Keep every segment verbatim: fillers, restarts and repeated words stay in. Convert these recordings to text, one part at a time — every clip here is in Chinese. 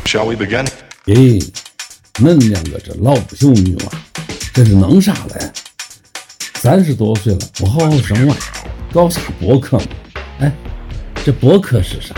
Shall we begin? 咦，恁两个这老不休女娃，这是弄啥嘞？三十多岁了，不好好生娃，搞啥博客嘛？哎，这博客是啥？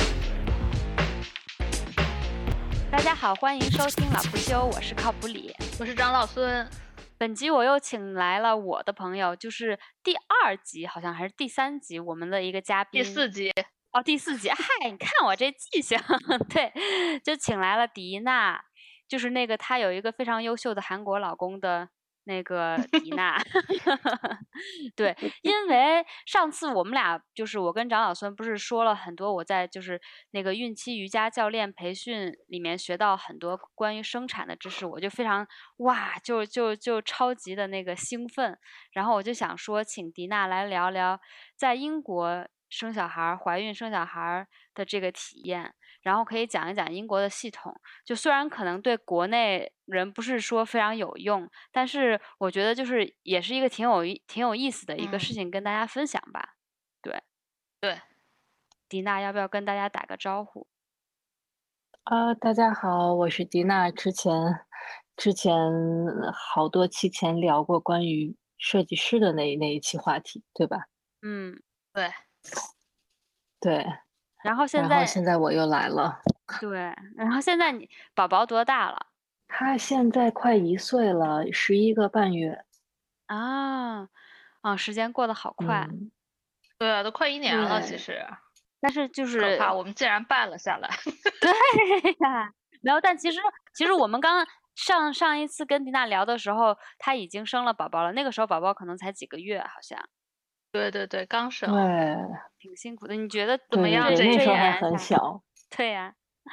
大家好，欢迎收听老不休，我是靠谱里， 我是张老孙。 本集我又请来了我的朋友，就是第二集好像还是第三集，我们的一个嘉宾。 第四集哦，第四集，嗨，你看我这记性，对，就请来了迪娜，就是那个她有一个非常优秀的韩国老公的那个迪娜。对，因为上次我们俩就是我跟张老孙不是说了很多我在就是那个孕期瑜伽教练培训里面学到很多关于生产的知识，我就非常哇，就就就超级的那个兴奋，然后我就想说请迪娜来聊聊在英国生小孩、怀孕生小孩的这个体验，然后可以讲一讲英国的系统。就虽然可能对国内人不是说非常有用，但是我觉得就是也是一个挺有挺有意思的一个事情，跟大家分享吧。嗯、对， 对， 迪娜要不要跟大家打个招呼？ 啊、呃，大家好，我是迪娜。之前之前好多期前聊过关于设计师的那那一期话题，对吧？ 嗯， 对。 对， 然后现在， 然后现在我又来了。 对，然后现在你宝宝多大了？ 他现在快一岁了，十一个半月。 啊，啊，时间过得好快。 嗯、 对啊，都快一年了，其实。 但是就是可怕，我们竟然办了下来。 对呀，没有，但其实其实我们刚刚上上一次跟迪娜聊的时候，她已经生了宝宝了，那个时候宝宝可能才几个月，好像。 对对对，刚生。 对， 挺辛苦的。你觉得怎么样？ 对对对，那时候还这很小。 对呀。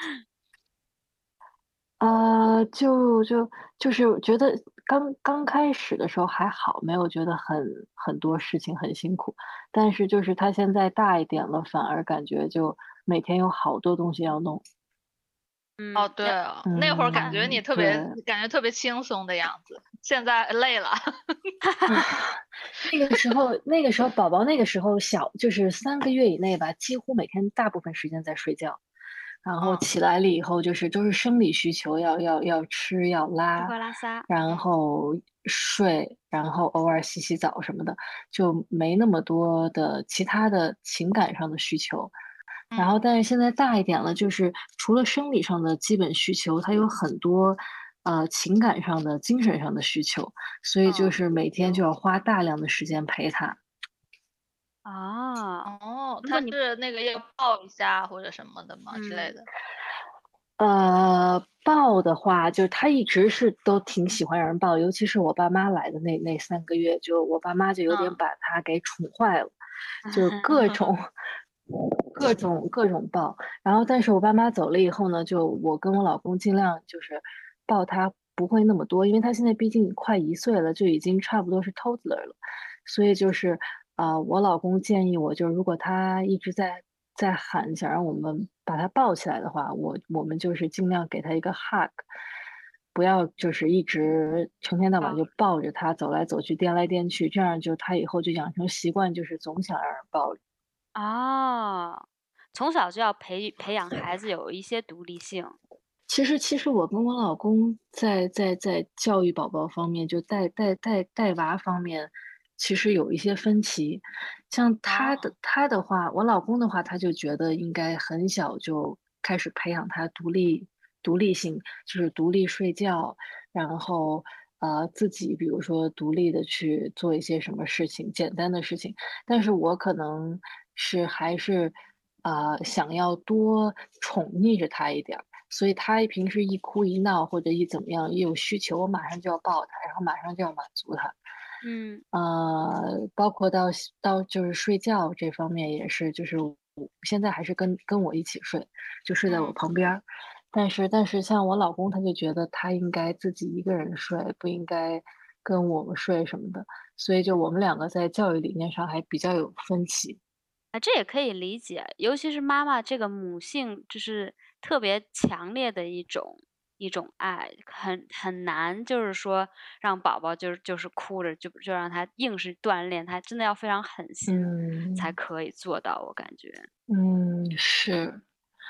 啊、呃，就就就是觉得刚刚开始的时候还好，没有觉得很很多事情很辛苦，但是就是他现在大一点了，反而感觉就每天有好多东西要弄。 嗯， 哦，对哦， 嗯、 那会儿感觉你特别感觉特别轻松的样子，现在累了。 那个时候，那个时候宝宝那个时候小，就是三个月以内吧，几乎每天大部分时间在睡觉。然后起来了以后，就是都是生理需求，要要要吃要拉， 吃喝拉撒， 然后睡，然后偶尔洗洗澡什么的，就没那么多的其他的情感上的需求。然后，但是现在大一点了，就是除了生理上的基本需求，它有很多呃情感上的、精神上的需求，所以就是每天就要花大量的时间陪他。 啊， 哦，他是那个要抱一下或者什么的吗、嗯、之类的？ 呃，抱的话，就他一直是都挺喜欢让人抱，尤其是我爸妈来的那那三个月，就我爸妈就有点把他给宠坏了，嗯、就各种各种各种抱。然后，但是我爸妈走了以后呢，就我跟我老公尽量就是抱他不会那么多，因为他现在毕竟快一岁了，就已经差不多是 toddler 了，所以就是啊、呃，我老公建议我，就如果他一直在在喊，想让我们把他抱起来的话，我我们就是尽量给他一个 hug， 不要就是一直成天到晚就抱着他走来走去、颠来颠去，这样就他以后就养成习惯，就是总想让人抱着。 哦，从小就要培培养孩子有一些独立性。 其实，其实我跟我老公在在在教育宝宝方面，就带带带带娃方面，其实有一些分歧。像他的、哦、他的话，我老公的话，他就觉得应该很小就开始培养他独立独立性，就是独立睡觉，然后呃自己比如说独立的去做一些什么事情，简单的事情。但是我可能是还是呃想要多宠溺着他一点儿。所以他平时一哭一闹或者一怎么样一有需求，我马上就要抱他，然后马上就要满足他。 嗯， 呃，包括到到就是睡觉这方面也是，就是我现在还是跟跟我一起睡，就睡在我旁边。嗯、但是但是像我老公他就觉得他应该自己一个人睡，不应该跟我们睡什么的，所以就我们两个在教育理念上还比较有分歧。 啊，这也可以理解，尤其是妈妈这个母性，就是特别强烈的一种一种爱，很很难，就是说让宝宝就是就是哭着就就让他硬是锻炼，他真的要非常狠心才可以做到，嗯、我感觉。 嗯，是。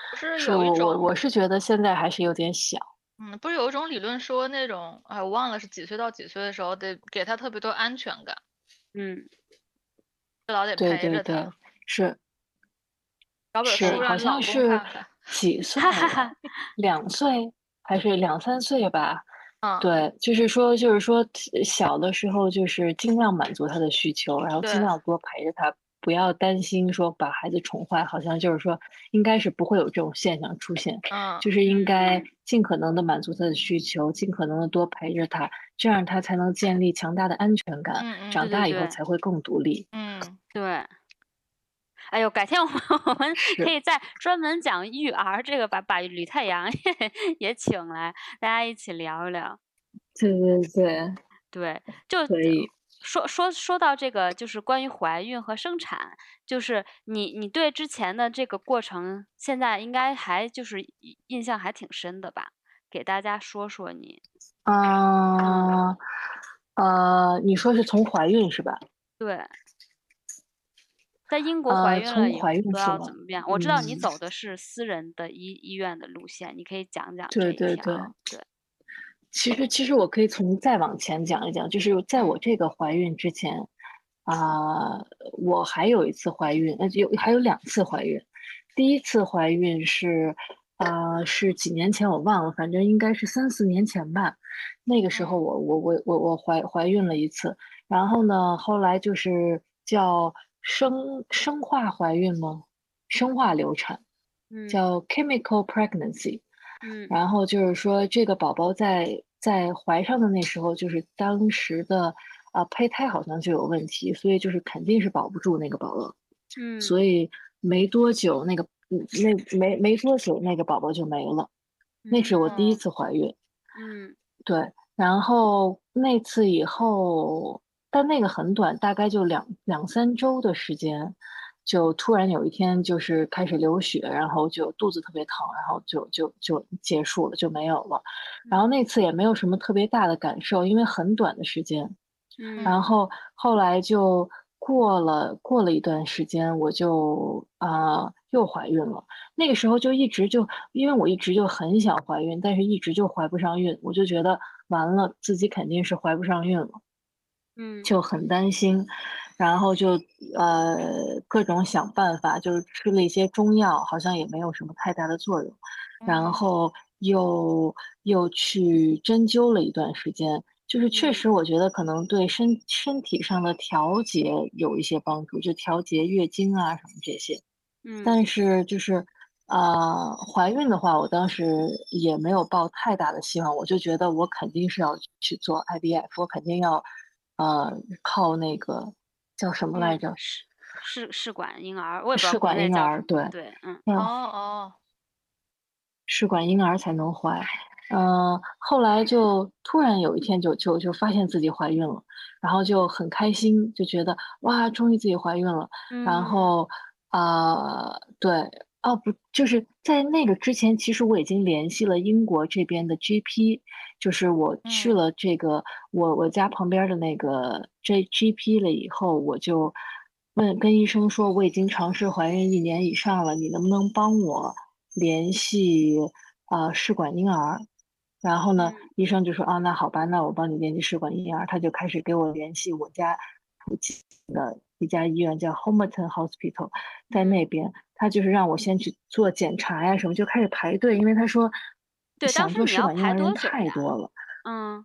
不是是有一种， 我我我是觉得现在还是有点小。 嗯，不是有一种理论说那种，哎，我忘了是几岁到几岁的时候得给他特别多安全感， 嗯， 老得对陪着对对， 他， 是找本是， 书让好你老公像是看看。 几岁哈哈呀？ 哈， 两岁还是两三岁吧？ 嗯， 对，就是说就是说小的时候就是尽量满足他的需求，然后尽对， 量多陪着他，不要担心说把孩子宠坏，好像就是说应该是不会有这种现象出现， 嗯就是应该嗯尽可能的满足他的需求，尽可能的多陪着他，这样他才能建立强大的安全感， 嗯嗯长大以后对对对才会更独立。 嗯， 对。哎呦，改天我们我们可是， 以再专门讲育儿这个，把把吕太阳也也请来，大家一起聊一聊。 对对对， 对，就可以。 说说说到这个，就是关于怀孕和生产，就是你你对之前的这个过程，现在应该还就是印印象还挺深的吧？给大家说说你。嗯， 啊，呃，你说是从怀孕是吧？ 对，在英国怀呃， 孕了从怀以后都孕是吗？ 要怎么样？我知道你嗯， 走的是私人的医医院的路线，你可以讲讲这对一对对。 条。对， 其实其实我可以从再往前讲一讲，就是在我嗯这个怀孕之前，啊、我还有一次怀孕，呃，有还有两次怀孕。第一次怀孕是，啊、是几年前我忘了，反正应该是三四年前吧。那个时候嗯我我我我我怀怀孕了一次，然后呢，后来就是叫生生化怀孕吗？生化流产， 嗯叫 chemical pregnancy。 嗯然后就是说，这个宝宝在在怀上的那时候，就是当时的啊、胚胎好像就有问题，所以就是肯定是保不住那个宝宝， 嗯所以没多久那个嗯那没没多久那个宝宝就没了。那是我第一嗯次怀孕， 嗯对，然后那次以后，但那个很短，大概就两两三周的时间，就突然有一天就是开始流血，然后就肚子特别疼，然后就就就结束了，就没有了。然后嗯那次也没有什么特别大的感受，因为很短的时间。 嗯然后后来就过了过了一段时间，我就啊、又怀孕了。那个时候就一直就因为我一直就很想怀孕，但是一直就怀不上孕，我就觉得完了，自己肯定是怀不上孕了， 嗯就很担心，然后就呃各种想办法，就是吃了一些中药，好像也没有什么太大的作用，然嗯后又又去针灸了一段时间，就是确嗯实我觉得可能对身身体上的调节有一些帮助，就调节月经啊什么这些。 嗯但是就是，啊，怀孕的话，我当时也没有抱太大的希望，我就觉得我肯定是要去做 I V F，我肯定要，呃，靠那个叫什么来嗯， 着？ 试试试管婴儿，我也不知道试国管婴儿， 内叫什么。 对， 对，嗯哦要哦， 试管婴儿才能怀。嗯，后来就突然有一天就就就发现自己怀孕了，然后就很开心，就觉得哇，终于自己怀孕了。然嗯后啊、对，哦不，就是在那个之前，其实我已经联系了英国这边的 G P，就是我去嗯了这个我我家旁边儿的那个 J G P 了以后，我就问跟医生说我已经尝试怀孕一年以上了，你能不能帮我联系啊、试管婴儿？然后呢， 嗯医生就说啊，那好吧，那我帮你联系试管婴儿，他就开始给我联系我家附近的一家医院，叫 Homerton Hospital，在嗯， 那边，他就是让我先去做检查呀什么，就开始排队，因为他说对，当想做时你要试管婴儿人排多久呀？ 太多了， 嗯，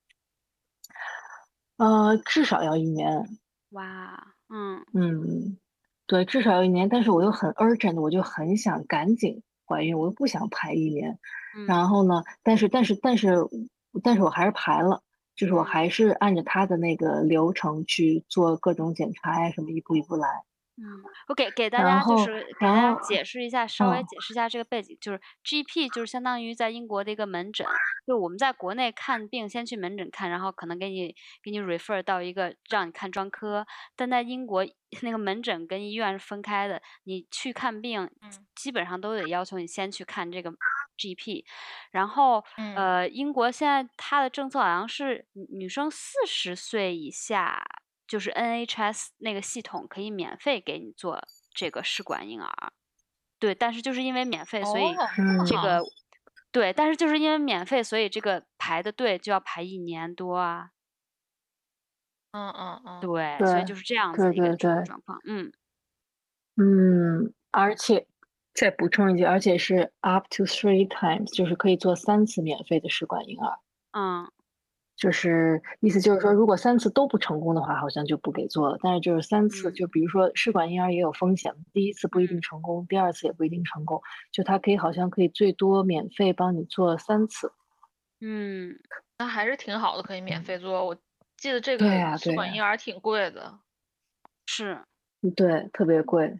呃，至少要一年， 哇，嗯嗯，对，至少要一年，但是我又很 urgent，我就很想赶紧怀孕，我又不想排一年。 嗯然后呢，但是但是但是但是我还是排了，就是我嗯还是按照他的那个流程去做各种检查呀，什么一步一步来。 嗯，我给给大家就然后是给大家然后解释一下，稍微嗯， 解释一下这个背景，就是 G P 就是相当于在英国的一个门诊，就我们在国内看病先去门诊看，然后可能给你给你 refer 到一个让你看专科，但在英国那个门诊跟医院是分开的，你去看病嗯基本上都得要求你先去看这个 G P，然后嗯呃，英国现在它的政策好像是女女生四十岁以下，就是 N H S 那个系统可以免费给你做这个试管婴儿。 对，但是就是因为免费，所以哦，这么嗯这个好。 对，但是就是因为免费，所以这个排的队就要排一年多啊。 嗯嗯嗯。 对，所以对就是这样子对的一个对对， 状况。嗯嗯，而且再补充一句，而且是 up to three times，就是可以做三次免费的试管婴儿。 嗯就是意思就是说，如果三次都不成功的话，好像就不给做了。但是就是三次， 嗯就比如说试管婴儿也有风险，第一次不一定嗯成功，第二次也不一定成功，就它可以好像可以最多免费帮你做三次。 嗯， 那还是挺好的，可以免嗯， 费做。我记得这对呀， 个试对呀， 管婴儿挺贵的。 是， 嗯对，特别贵，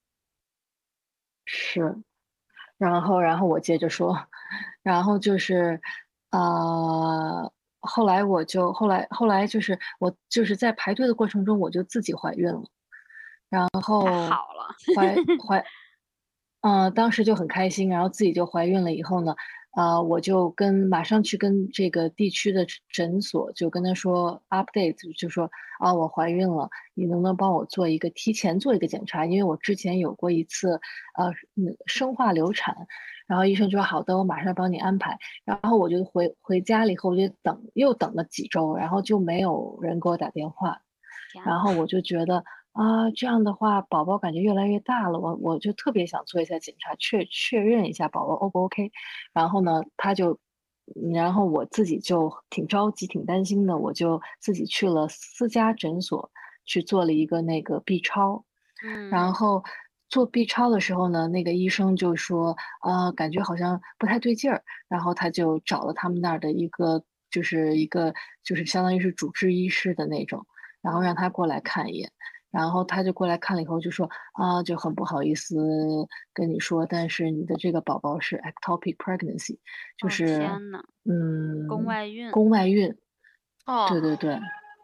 是。然后，然后我接着说，然后就是，呃，后来我就后来后来就是我就是在排队的过程中，我就自己怀孕了。然太后好了。 怀怀嗯，当时就很开心，然后自己就怀孕了以后呢，啊，我就跟马上去跟这个地区的诊诊所就跟他说 update，就说啊我怀孕了，你能不能帮我做一个提前做一个检查？因为我之前有过一次呃那个生化流产，然后医生就说好的，我马上帮你安排。然后我就回回家了以后，我就等又等了几周，然后就没有人给我打电话。 天呐。 然后我就觉得啊，这样的话，宝宝感觉越来越大了，我我就特别想做一下检查，确确认一下宝宝 O 不 OK。然后呢，他就，然后我自己就挺着急、挺担心的，我就自己去了私家诊所去做了一个那个 B 超。然嗯后做 B 超的时候呢，那个医生就说，啊，感觉好像不太对劲儿，然后他就找了他们那儿的一个，就是一个就是相当于是主治医师的那种。然后让嗯， 他过来看一眼，然后他就过来看了以后就说啊，就很不好意思跟你说，但是你的这个宝宝是 ectopic pregnancy，就哦是天呐，宫嗯外孕。 宫外孕， 哦。 对对对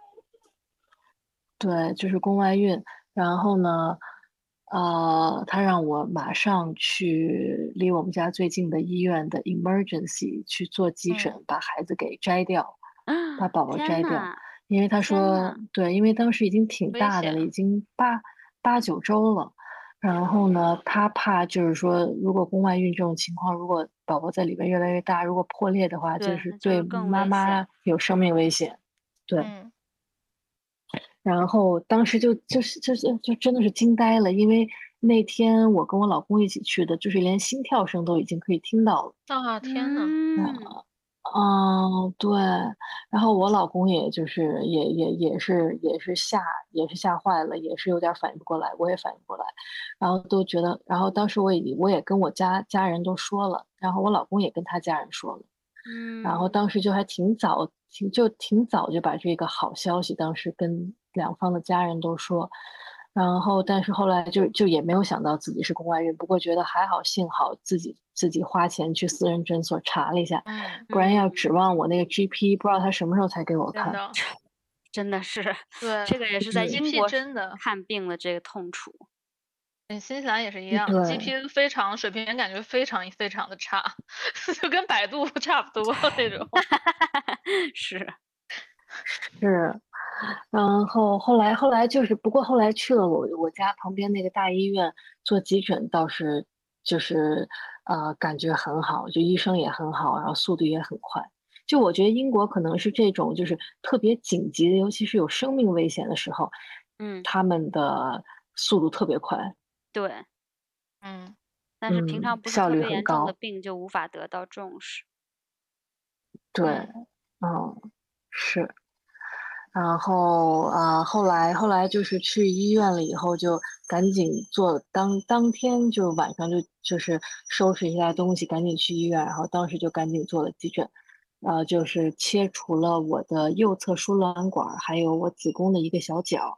对，就是宫外孕。然后呢，呃，他让我马上去离我们家最近的医院的 emergency 去做急嗯。 诊，把孩子给摘掉，把宝宝摘掉。 天呐因为他说天呐。 对，因为当时已经挺危大的了，已险。 经八八九周了。然后呢，他怕就是说，如果宫外孕这种情况，如果宝宝在里边越来越大，如果破裂的话，就对， 是对那就是更妈妈危险。 有生命危险。对。 嗯。 然后当时就就是就是就真的是惊呆了，因为那天我跟我老公一起去的，就是连心跳声都已经可以听到了。 啊，天呐。 嗯。 嗯，对。然后我老公也就是也也也是也是吓也是吓坏了，也是有点儿反应不过来，我也反应不过来。然后都觉得，然后当时我也我也跟我家家人都说了，然后我老公也跟他家人说了。然后嗯。 当时就还挺早，挺就挺早就把这个好消息当时跟两方的家人都说。然后但是后来就就也没有想到自己是宫外孕，不过觉得还好，幸好自己自己花钱去私人诊所查了一下， 嗯。 不然要嗯， 指望我那个 G P，不知道他什么时候才给我看。 真的。 真的是， 对这个也是在英 ，G P 国真的。 看病的这个痛楚。 嗯，新西兰也是一嗯， 样对， ，G P 非常水平感觉非常非常的差，就跟百度差不多那种。 是。 是。然后后来后来就是，不过后来去了我我家旁边那个大医院做急诊，倒是就是呃感觉很好，就医生也很好，然后速度也很快。就我觉得英国可能是这种就是特别紧急的，尤其是有生命危险的时候， 嗯， 他们的速度特别快。 对。 嗯。 但是平嗯， 常不是特效率别严重的很高。 病就无法得到重视。 对。 嗯。 嗯，是。然后啊、呃后来后来就是去医院了以后，就赶紧做，当当天就晚上就就是收拾一下东西，赶紧去医院，然后当时就赶紧做了急诊。呃，就是切除了我的右侧输卵管儿，还有我子宫的一个小角。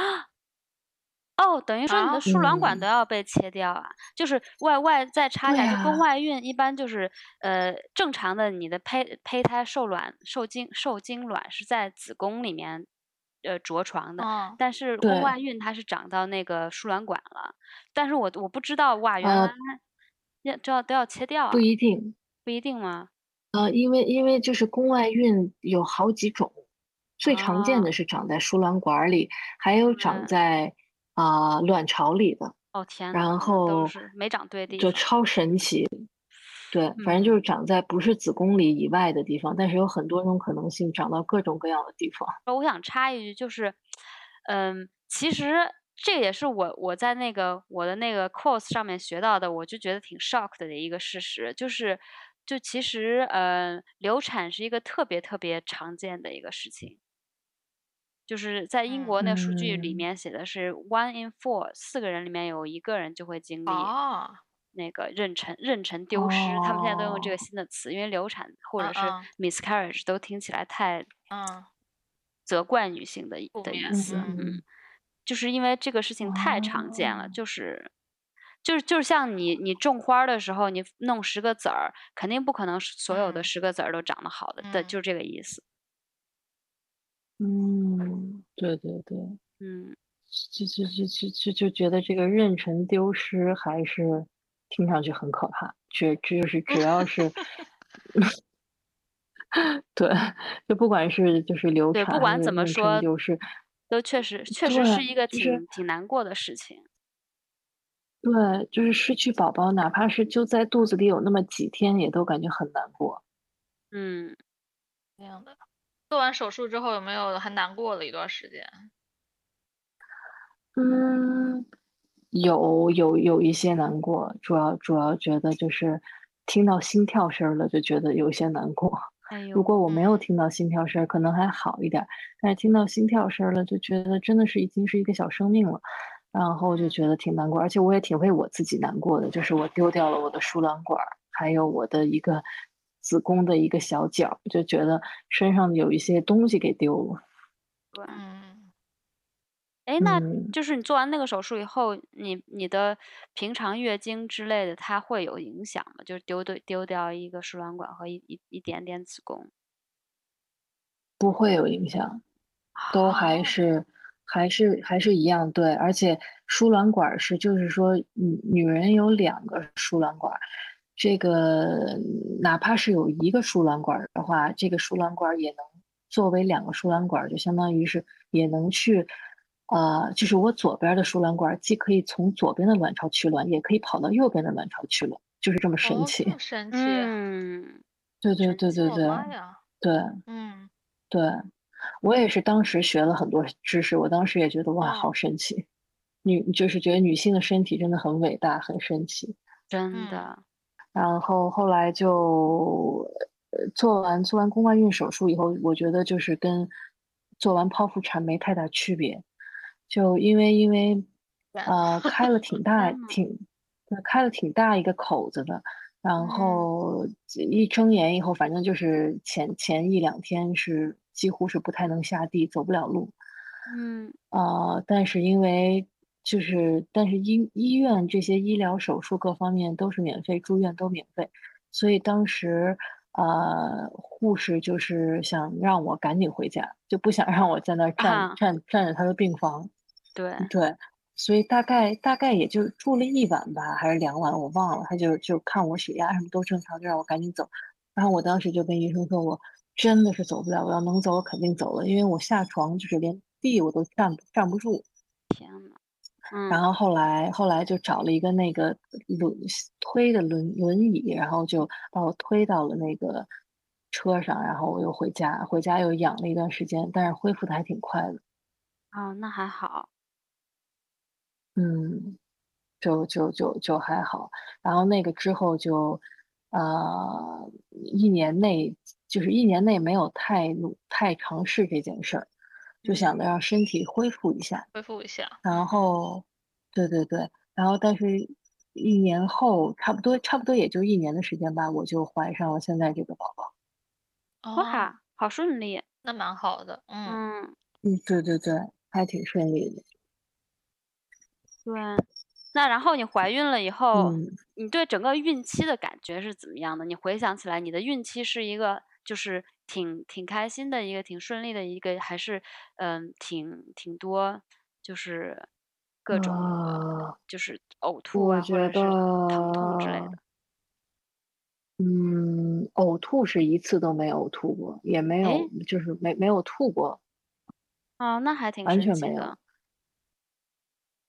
哦，等于说你的啊。 输卵管嗯， 都要被切掉啊？就是外外再插一下，就宫对呀。 外孕一般就是，呃，正常的你的胚胚胎受卵受精受精卵是在子宫里面，呃，着床的， 嗯。 但是宫对。 外孕它是长到那个输卵管了。但是我我不知道，哇，原来呃， 要这要都要切掉不啊？ 一定。 不一定吗？ 呃，因为因为就是宫外孕有好几种，最常见啊， 的是长在输卵管儿里，还有长对。 在啊、卵巢里的。 哦天呐， 然那都后是没长对地方。 就超神奇。对，反正就是嗯。 长在不是子宫里以外的地方，但是有很多种可能性长到各种各样的地方。 呃，我想插一句，就是，嗯，其实这也是我我在那个我的那个 course 上面学到的，我就觉得挺 shock 的一个事实，就是就其实，呃，流产是一个特别特别常见的一个事情。就是在英嗯。 国那个数据里嗯。 面写的是 one in four，四个人里面有一个人就会经历哦。 那个妊娠妊娠丢失，他们现在都用这个哦。 新的词，因为流产或者是嗯嗯。 miscarriage 都听起来太嗯。 责怪女性的负面， 的意思， 嗯嗯嗯。 嗯。 就是因为这个事情太常见了， 哦。 就是就是就像你你种花儿的时候，你弄十个籽儿，肯定不可能所有的嗯。 十个籽儿都长得好的，的嗯。 就这个意思。 嗯，对对对。 嗯。 就就就就就就觉得这个妊娠丢失还是听上去很可怕，只就是只要是对，就不管是就是流对，不产还是管怎么妊娠说， 丢失都确实确对， 实是一个就是挺挺难过的事情。 对，就是失去宝宝，哪怕是就在肚子里有那么几天，也都感觉很难过。 嗯。 这样的。做完手术之后有没有还难过了一段时间？ 嗯，有有有一些难过，主要主要觉得就是听到心跳声儿了，就觉得有些难过。 哎如果呦。 我没有嗯。 听到心跳声儿，可能还好一点儿，但是听到心跳声儿了，就觉得真的是已经是一个小生命了，然后就嗯。 觉得挺难过，而且我也挺为我自己难过的，就是我丢掉了我的输卵管儿，还有我的一个子宫的一个小角儿，就觉得身上有一些东西给丢了。 对。 嗯。 诶，那嗯。 就是你做完那个手术以后，你你的平常月经之类的，它会有影响吗？就是丢对丢掉一个输卵管和一一一点点子宫。 不会有影响，都还哦。 是还是还是一样，对。而且输卵管儿是就是说女女人有两个输卵管儿，这个哪怕是有一个输卵管儿的话，这个输卵管儿也能作为两个输卵管儿，就相当于是也能去呃，就是我左边儿的输卵管儿既可以从左边的卵巢取卵，也可以跑到右边的卵巢取卵，就是这么神哦，这么奇。 神奇。 嗯， 对对神奇。 对对对， 哦，妈呀。 对。 嗯。 对，我也是当时学了很多知识，我当时也觉得，哇， 嗯。 好神奇。女就是觉得女性的身体真的很伟大，很神奇。 嗯。 真的。 然后后来就，呃，做完做完宫外孕手术以后，我觉得就是跟做完剖腹产没太大区别。就因为因为， 天呐。 呃，开了挺大天呐。 挺对，开了挺大一个口子的，然嗯。 后一睁眼以后，反正就是前前一两天是几乎是不太能下地，走不了路。 嗯。 呃，但是因为就是但是医医院这些医疗手术各方面都是免费，住院都免费。所以当时，呃，护士就是想让我赶紧回家，就不想让我在那儿站啊。 站站着她的病房。 对。 对，所以大概大概也就住了一晚吧，还是两晚，我忘了。她就就看我血压什么都正常，就让我赶紧走。然后我当时就跟医生说：“我真的是走不了，我要能走我肯定走了。”因为我下床就是连地我都站站不住。 天呐，嗯。 然后后来后来就找了一个那个轮推的轮轮椅，然后就把我推到了那个车上，然后我又回家，回家又养了一段时间，但是恢复得还挺快的。 哦，那还好。 嗯，就就就就还好。然后那个之后就，呃，一年内就是一年内没有太努太尝试这件事儿，就想嗯。 着让身体恢复一下。 恢复一下， 然嗯。 后对对对，然后但是一年后，差不多差不多也就一年的时间吧，我就怀上了现在这个宝宝。 哦。 哇，好顺利。 那蛮好的，嗯。 嗯。 嗯，对对对，还挺顺利的。 对，那然后你怀孕了以后， 嗯。 你对整个孕期的感觉是怎么样的？你回想起来你的孕期是一个就是挺挺开心的一个挺顺利的一个还是，呃，挺挺多就是各种呃， 就是呕吐啊，或我觉者是疼痛之类得的？ 嗯，呕吐是一次都没呕吐过，也没有诶？ 就是没没有吐过。 哦，那还挺完神全没有。 奇的。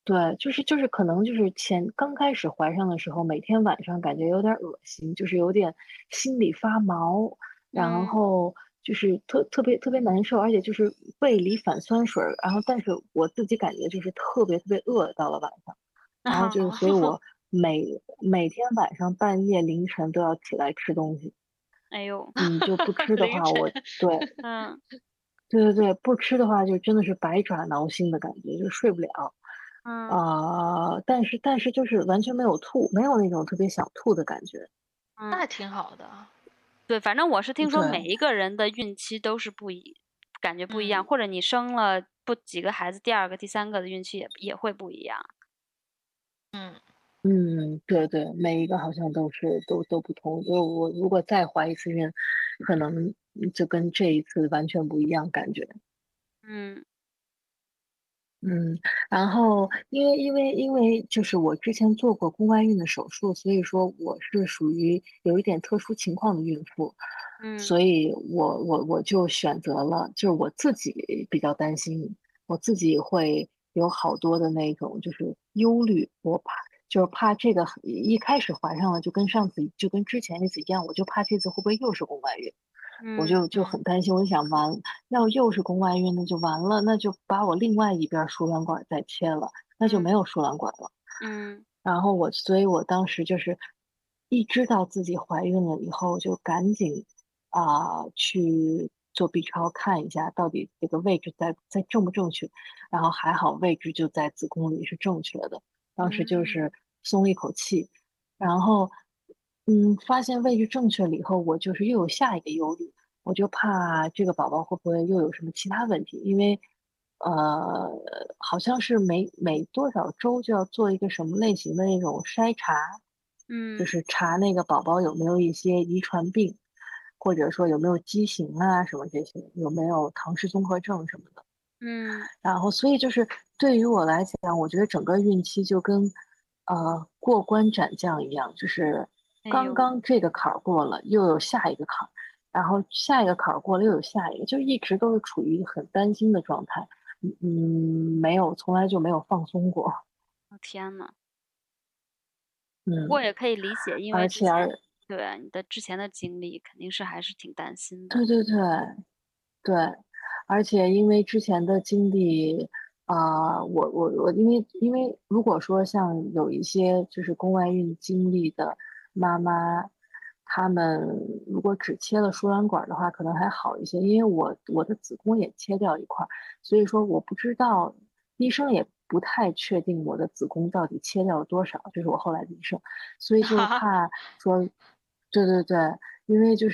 对，就是就是可能就是前刚开始怀上的时候，每天晚上感觉有点儿恶心，就是有点心里发毛，然嗯， 后就是特特别特别难受，而且就是胃里反酸水儿，然后但是我自己感觉就是特别特别饿，到了晚上，然后就是所以哦， 我每每天晚上半夜凌晨都要起来吃东西， 哎呦， 嗯，就不吃的话， 凌晨。 我对嗯对对对，不吃的话就真的是百爪挠心的感觉，就睡不了。 嗯啊，但是但是就是完全没有吐，没有那种特别想吐的感觉。 嗯， 那还挺好的。 对，反正我是听说每对， 一个人的孕期都是不一，感觉不一样， 嗯或者你生了不几个孩子，第二个、第三个的孕期也也会不一样。 嗯， 嗯，对对，每一个好像都是都都不同。就我如果再怀一次孕，可能就跟这一次完全不一样感觉。 嗯嗯，然后因为因为因为就是我之前做过宫外孕的手术，所以说我是属于有一点特殊情况的孕妇， 嗯所以我我我就选择了，就是我自己比较担心，我自己会有好多的那种就是忧虑，我怕就是怕这个一开始怀上了，就跟上次就跟之前那次一样，我就怕这次会不会又是宫外孕。我嗯就就很担心，我就想完，要又是宫外孕，那就完了，那就把我另外一边儿输卵管再切了，那就没嗯有输卵管了。 嗯然后我，所以我当时就是一知道自己怀孕了以后，就赶紧啊、去做 B 超看一下，到底这个位置在在正不正确。然后还好位置就在子宫里是正确的，当时就嗯是松了一口气。然后，嗯，发现位置正确了以后，我就是又有下一个忧虑，我就怕这个宝宝会不会又有什么其他问题，因为，呃，好像是每每多少周就要做一个什么类型的那种筛查，就嗯是查那个宝宝有没有一些遗传病，或者说有没有畸形啊什么这些，有没有唐氏综合症什么的。 嗯， 然后所以就是对于我来讲，我觉得整个孕期就跟，呃，过关斩将一样，就是刚哎呦， 刚这个坎儿过了，又有下一个坎儿，然后下一个坎儿过了又有下一个，就一直都是处于很担心的状态，嗯嗯，没有，从来就没有放松过， 我天呐，不过嗯， 也可以理解，因为而且而之前对你的之前的经历，肯定是还是挺担心的。 对对对，对，而且因为之前的经历，啊、我我我，因为因为如果说像有一些就是宫外孕经历的妈妈，她们如果只切了输卵管的话，可能还好一些。因为我我的子宫也切掉一块儿，所以说我不知道，医生也不太确定我的子宫到底切掉了多少，就是我后来的医生，所以就哈， 怕说，对对对，因为就是。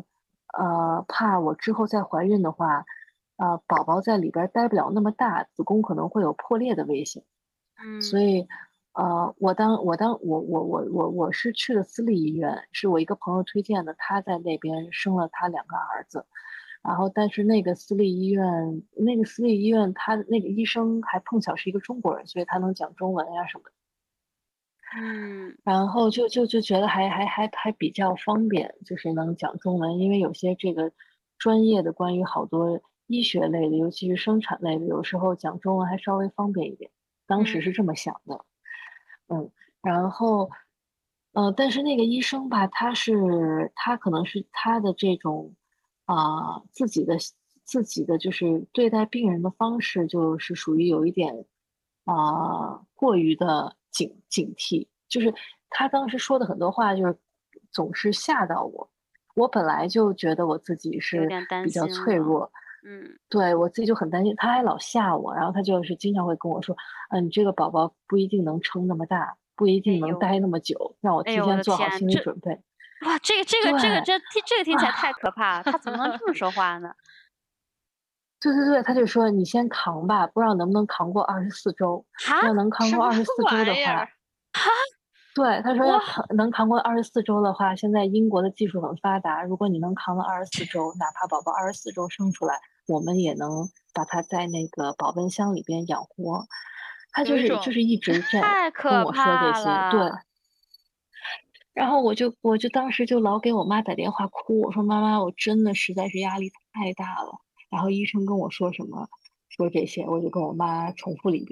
呃，怕我之后再怀孕的话，呃，宝宝在里边儿待不了那么大，子宫可能会有破裂的危险。所嗯以，呃，我当我当我我我我我是去了私立医院，是我一个朋友推荐的，他在那边生了他两个儿子，然后但是那个私立医院，那个私立医院他那个医生还碰巧是一个中国人，所以他能讲中文呀什么的。 嗯然后就就就觉得还还还还比较方便，就是能讲中文，因为有些这个专业的关于好多医学类的，尤其是生产类的，有时候讲中文还稍微方便一点。当时是嗯这么想的，嗯，然后，呃，但是那个医生吧，他是他可能是他的这种啊、自己的自己的就是对待病人的方式，就是属于有一点啊、过于的警警惕，就是他当时说的很多话，就是总是吓到我。我本来就觉得我自己有是点担比较心了。 脆弱， 嗯， 对我自己就很担心，他还老吓我，然后他就是经常会跟我说，嗯、你这个宝宝不一定能撑那么大，不一定能哎呦， 待那么久，让我哎呦，我提前的天， 做好心理这准备。 哇，这个这对， 个这个这听这个听起来太啊， 可怕了，他怎么能这么说话呢？ 对对对，他就说你先扛吧，不知道能不能扛过二十四周。 哈， 要能扛什么过二十四周的话， 玩意儿？ 对，他说要哇， 扛能扛过二十四周的话，现在英国的技术很发达，如果你能扛了二十四周，哪怕宝宝二十四周生出来，我们也能把它在那个保温箱里边养活。他就有一种是就是一直在太跟我说这可怕些，对。 了。 然后我就我就当时就老给我妈打电话哭，我说妈妈，我真的实在是压力太大了。然后医生跟我说什么，说这些，我就跟我妈重复了一遍。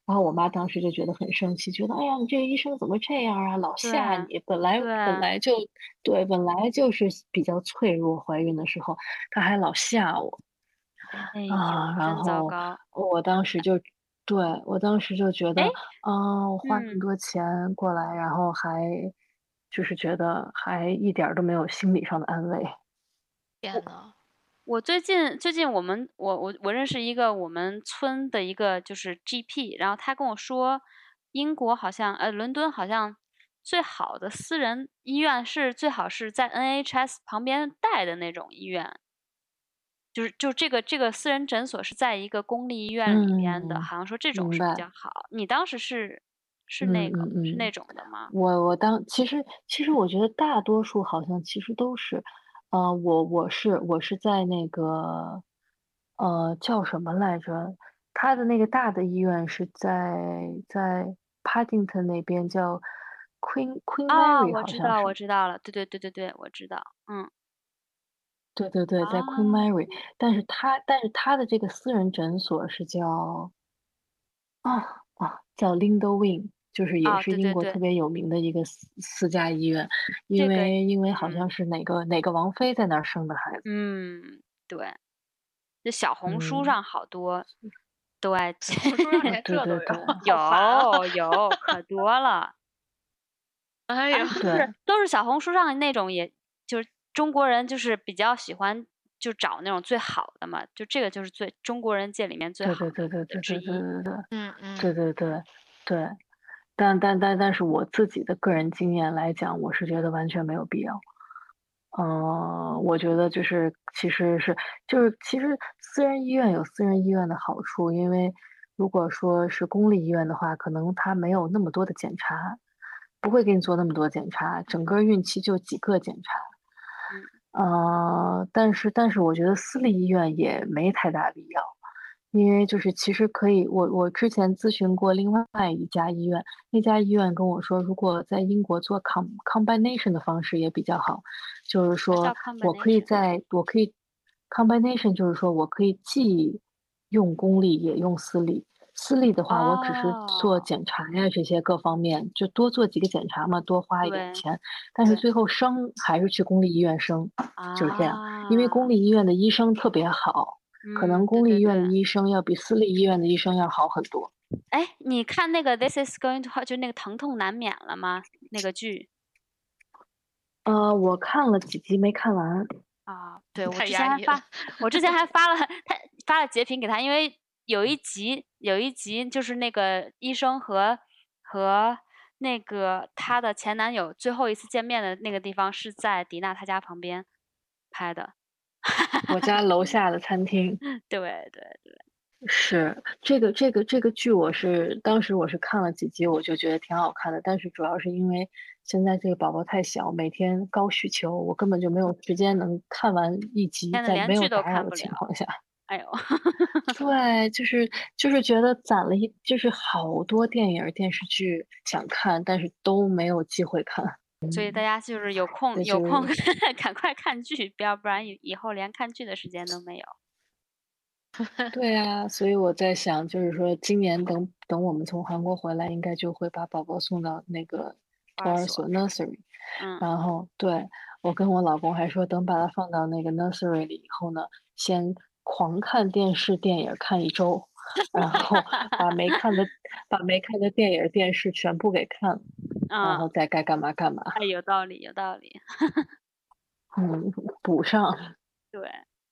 然后我妈当时就觉得很生气，觉得哎呀，你这个医生怎么这样啊，老吓对你，本来本对， 来就对，本来就是比较脆弱，怀孕的时候他还老吓我哎呦， 啊，然真糟后糕。 我当时就对，我当时就觉哎， 得，啊，我花那么嗯。 多钱过来，然后还就是觉得还一点儿都没有心理上的安慰。 天呐， 我最近最近我们我我我认识一个我们村的一个就是 G P，然后他跟我说，英国好像呃伦敦好像最好的私人医院是最好是在 N H S 旁边带的那种医院，就是就这个这个私人诊所是在一个公立医院里边的， 嗯， 好像说这种是比明白。 较好。你当时是是嗯那个嗯嗯， 是那种的吗？ 我我当其实其实我觉得大多数好像其实都是，呃，我我是我是在那个，呃，叫什么来着？他的那个大的医院是在在 Paddington 那边叫 Queen Queen 哦， Mary 我知道我好像是。 知道了，对对对对对，我知道，嗯。 对对对，在 Queen 啊， Mary，但是他但是他的这个私人诊所是叫啊啊，叫 Lindo Wing，就是也哦， 是对对对， 英国特别有名的一个私私家医院，因这个为因为好嗯。 像是哪个哪个王妃在那儿生的孩子。 嗯，对，这小红书嗯， 上好多都爱去。 小红书上啊， 连这都有， 对对对好烦啊！ 有有，可多了。反哎呀， 正都是对， 都是小红书上那种，也就是中国人就是比较喜欢就找那种最好的嘛，就这个就是最中国人界里面最对好的对对对对对对的之一。 对对嗯嗯， 对对对对，但但但但是我自己的个人经验来讲，我是觉得完全没有必要。嗯，我觉得就是其实是就是其实私人医院有私人医院的好处，因为如果说是公立医院的话，可能他没有那么多的检查，不会给你做那么多检查，整个孕期就几个检查。 嗯， 呃，但是但是我觉得私立医院也没太大必要，因为就是其实可以，我我之前咨询过另外一家医院，那家医院跟我说，如果在英国做 com combination 的方式也比较好，就是啥叫说我可以 combination？ 在我可以 combination 就是说我可以既用公立也用私立。私立的话，我只是做哦， 检查呀，这些各方面，就多做几个检查嘛，多花一点对钱。但是对， 最后生还是去公立医院生，就是这样。因为公啊， 立医院的医生特别好，可能嗯，对公立医院的对对。 医生要比私立医院的医生要好很多。 哎，你看那个《This Is Going to Hurt》就那个疼痛难免了吗？那个剧。 呃，我看了几集没看完。 啊，对，我太之前压抑了。 还发我之前还发了他发了截屏给他，因为有一集有一集就是那个医生和和那个她的前男友最后一次见面的那个地方是在迪娜她家旁边拍的。 我家楼下的餐厅。 对对对， 是，这个这个这个剧我是当时我是看了几集，我就觉得挺好看的，但是主要是因为现在这个宝宝太小，每天高需求，我根本就没有时间能看完一集， 天呐， 在没有连剧都打扰的看不了， 情况下。 哎呦。 对，就是就是觉得攒了一就是好多电影儿电视剧想看，但是都没有机会看。 所以大家就是有空这就有空是赶快看剧，不要不然以以后连看剧的时间都没有。 对啊，所以我在想，就是说今年等等我们从韩国回来，应该就会把宝宝送到那个托托儿所， 儿所 nursery。 嗯。 然后对，我跟我老公还说，等把他放到那个 nursery 里以后呢，先狂看电视电影儿看一周，然后把没看的把没看的电影儿电视全部给看了，然嗯， 后再该干嘛干嘛。 哎，有道理有道理。 嗯，补上。 对。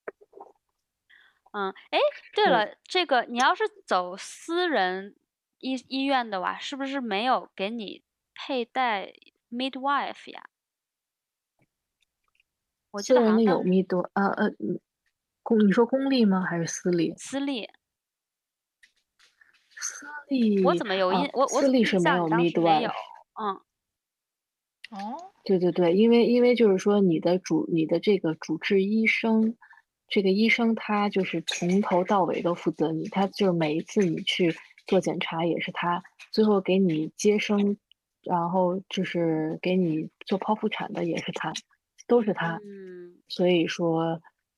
嗯，哎，对是。 了，这个你要是走私人医医院的话，是不是没有给你佩戴 midwife 呀？我记得好私人的有像当时密度，呃呃，嗯公你说公立吗？还是私立？ 私立， 私我立啊， 怎么有印我我私立怎么印是没有象你当时没有？ midwife。 嗯。 哦， 对对对，因为因为就是说你的主你的这个主治医生，这个医生他就是从头到尾都负责你，他就是每一次你去做检查也是他，最后给你接生，然后就是给你做剖腹产的也是他，都是他。 嗯。 所以说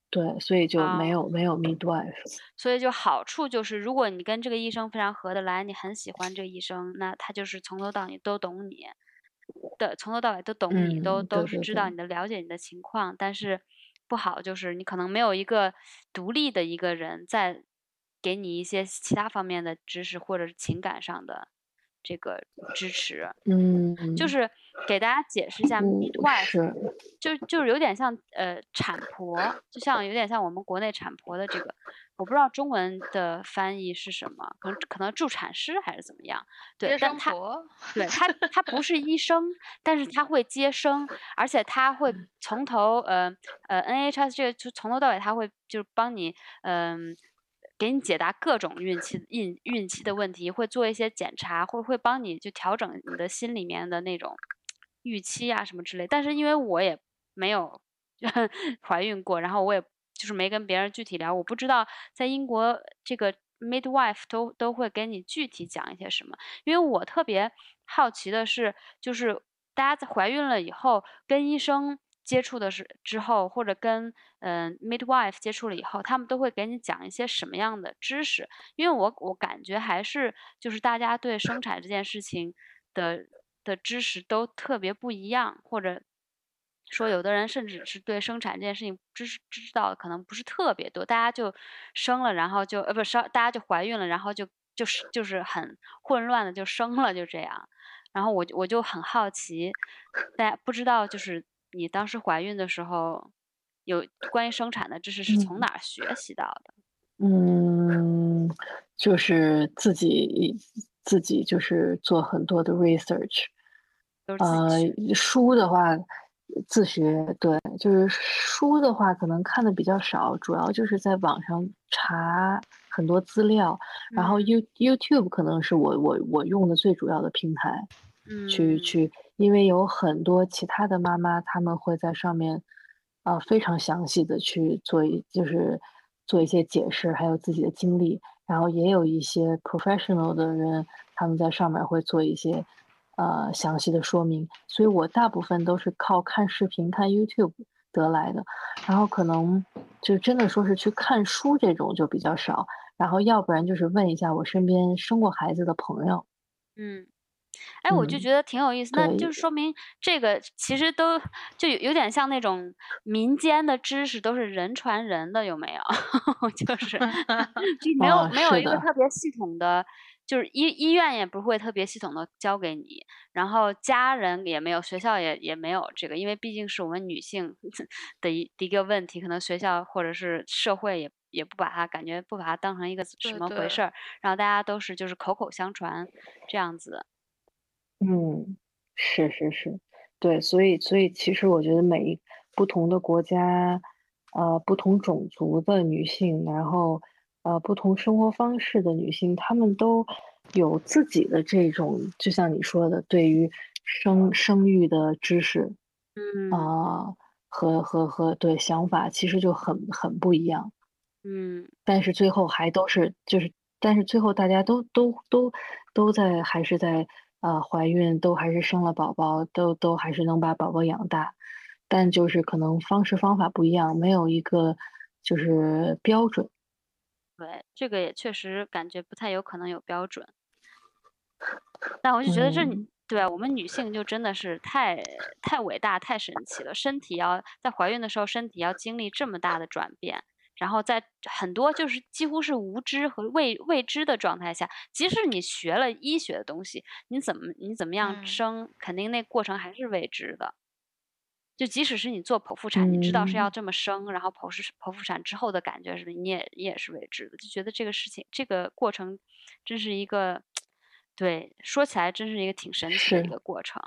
对，所以就没啊。 有没有 midwife。 所以就好处就是，如果你跟这个医生非常合得来，你很喜欢这个医生，那他就是从头到尾都懂你的，从头到尾都懂你，都嗯， 都对对对。 是知道你的了解你的情况。但是不好就是你可能没有一个独立的一个人在给你一些其他方面的知识，或者是情感上的这个支持。就嗯。 是给大家解释一下嗯， midwife， 是。 就就是有点像呃产婆，就像有点像我们国内产婆的这个，我不知道中文的翻译是什么，可能可能助产师还是怎么样。对， 接但他生婆。 对他他不是医生，但是他会接生，而且他会从头呃呃 N H S 这个就从头到尾他会就是帮你嗯。给你解答各种孕期孕孕期的问题，会做一些检查，会会帮你就调整你的心里面的那种预期啊什么之类。但是因为我也没有怀孕过，然后我也就是没跟别人具体聊，我不知道在英国这个 midwife 都都会给你具体讲一些什么。因为我特别好奇的是，就是大家在怀孕了以后跟医生接触的是之后，或者跟嗯、呃、midwife 接触了以后，他们都会给你讲一些什么样的知识？因为我我感觉还是就是大家对生产这件事情的的知识都特别不一样，或者说有的人甚至是对生产这件事情知识知道的可能不是特别多，大家就生了，然后就呃不生，大家就怀孕了，然后就就是就是很混乱的就生了，就这样。然后我就我就很好奇，大家不知道就是你当时怀孕的时候，有关于生产的知识是从哪嗯。 儿学习到的？ 嗯，就是自己自己就是做很多的 research。 都是自己呃， 学。 书的话自学，对，就是书的话可能看的比较少，主要就是在网上查很多资料，然后嗯 You YouTube 可能是我我我用的最主要的平台，去嗯去，因为有很多其他的妈妈，她们会在上面，呃，非常详细的去做一就是做一些解释，还有自己的经历，然后也有一些 professional 的人，他们在上面会做一些，呃，详细的说明，所以我大部分都是靠看视频、看 YouTube 得来的，然后可能就真的说是去看书这种就比较少，然后要不然就是问一下我身边生过孩子的朋友。 嗯。哎，我就嗯。 觉得挺有意思，那就对。 说明这个其实都就有有点像那种民间的知识都是人传人的，有没有？就是就没有啊， 没有一个是的。 特别系统的，就是医医院也不会特别系统的教给你，然后家人也没有，学校也也没有这个，因为毕竟是我们女性的一的一个问题，可能学校或者是社会也也不把它感觉不把它当成一个什对对。 么回事儿，然后大家都是就是口口相传这样子。 嗯，是是是，对，所以所以其实我觉得每一不同的国家，呃，不同种族的女性，然后呃，不同生活方式的女性，她们都有自己的这种，就像你说的，对于生生育的知识， 嗯。 啊、和和和对想法，其实就很很不一样。 嗯。 但是最后还都是就是但是最后大家都都都都在还是在，呃，怀孕，都还是生了宝宝，都都还是能把宝宝养大。但就是可能方式方法不一样，没有一个就是标准。 对，这个也确实感觉不太有可能有标准。但我就觉得这嗯。 对啊，我们女性就真的是太太伟大、太神奇了。身体要在怀孕的时候，身体要经历这么大的转变，然后在很多就是几乎是无知和未未知的状态下，即使你学了医学的东西，你怎么你怎么样嗯。 生，肯定那过程还是未知的。就即使是你做剖腹产，你知道是要嗯。 这么生，然后剖腹剖腹产之后的感觉是你也你也是未知的，就觉得这个事情这个过程真是一个对，说起来真是一个挺神奇的一是。 个过程。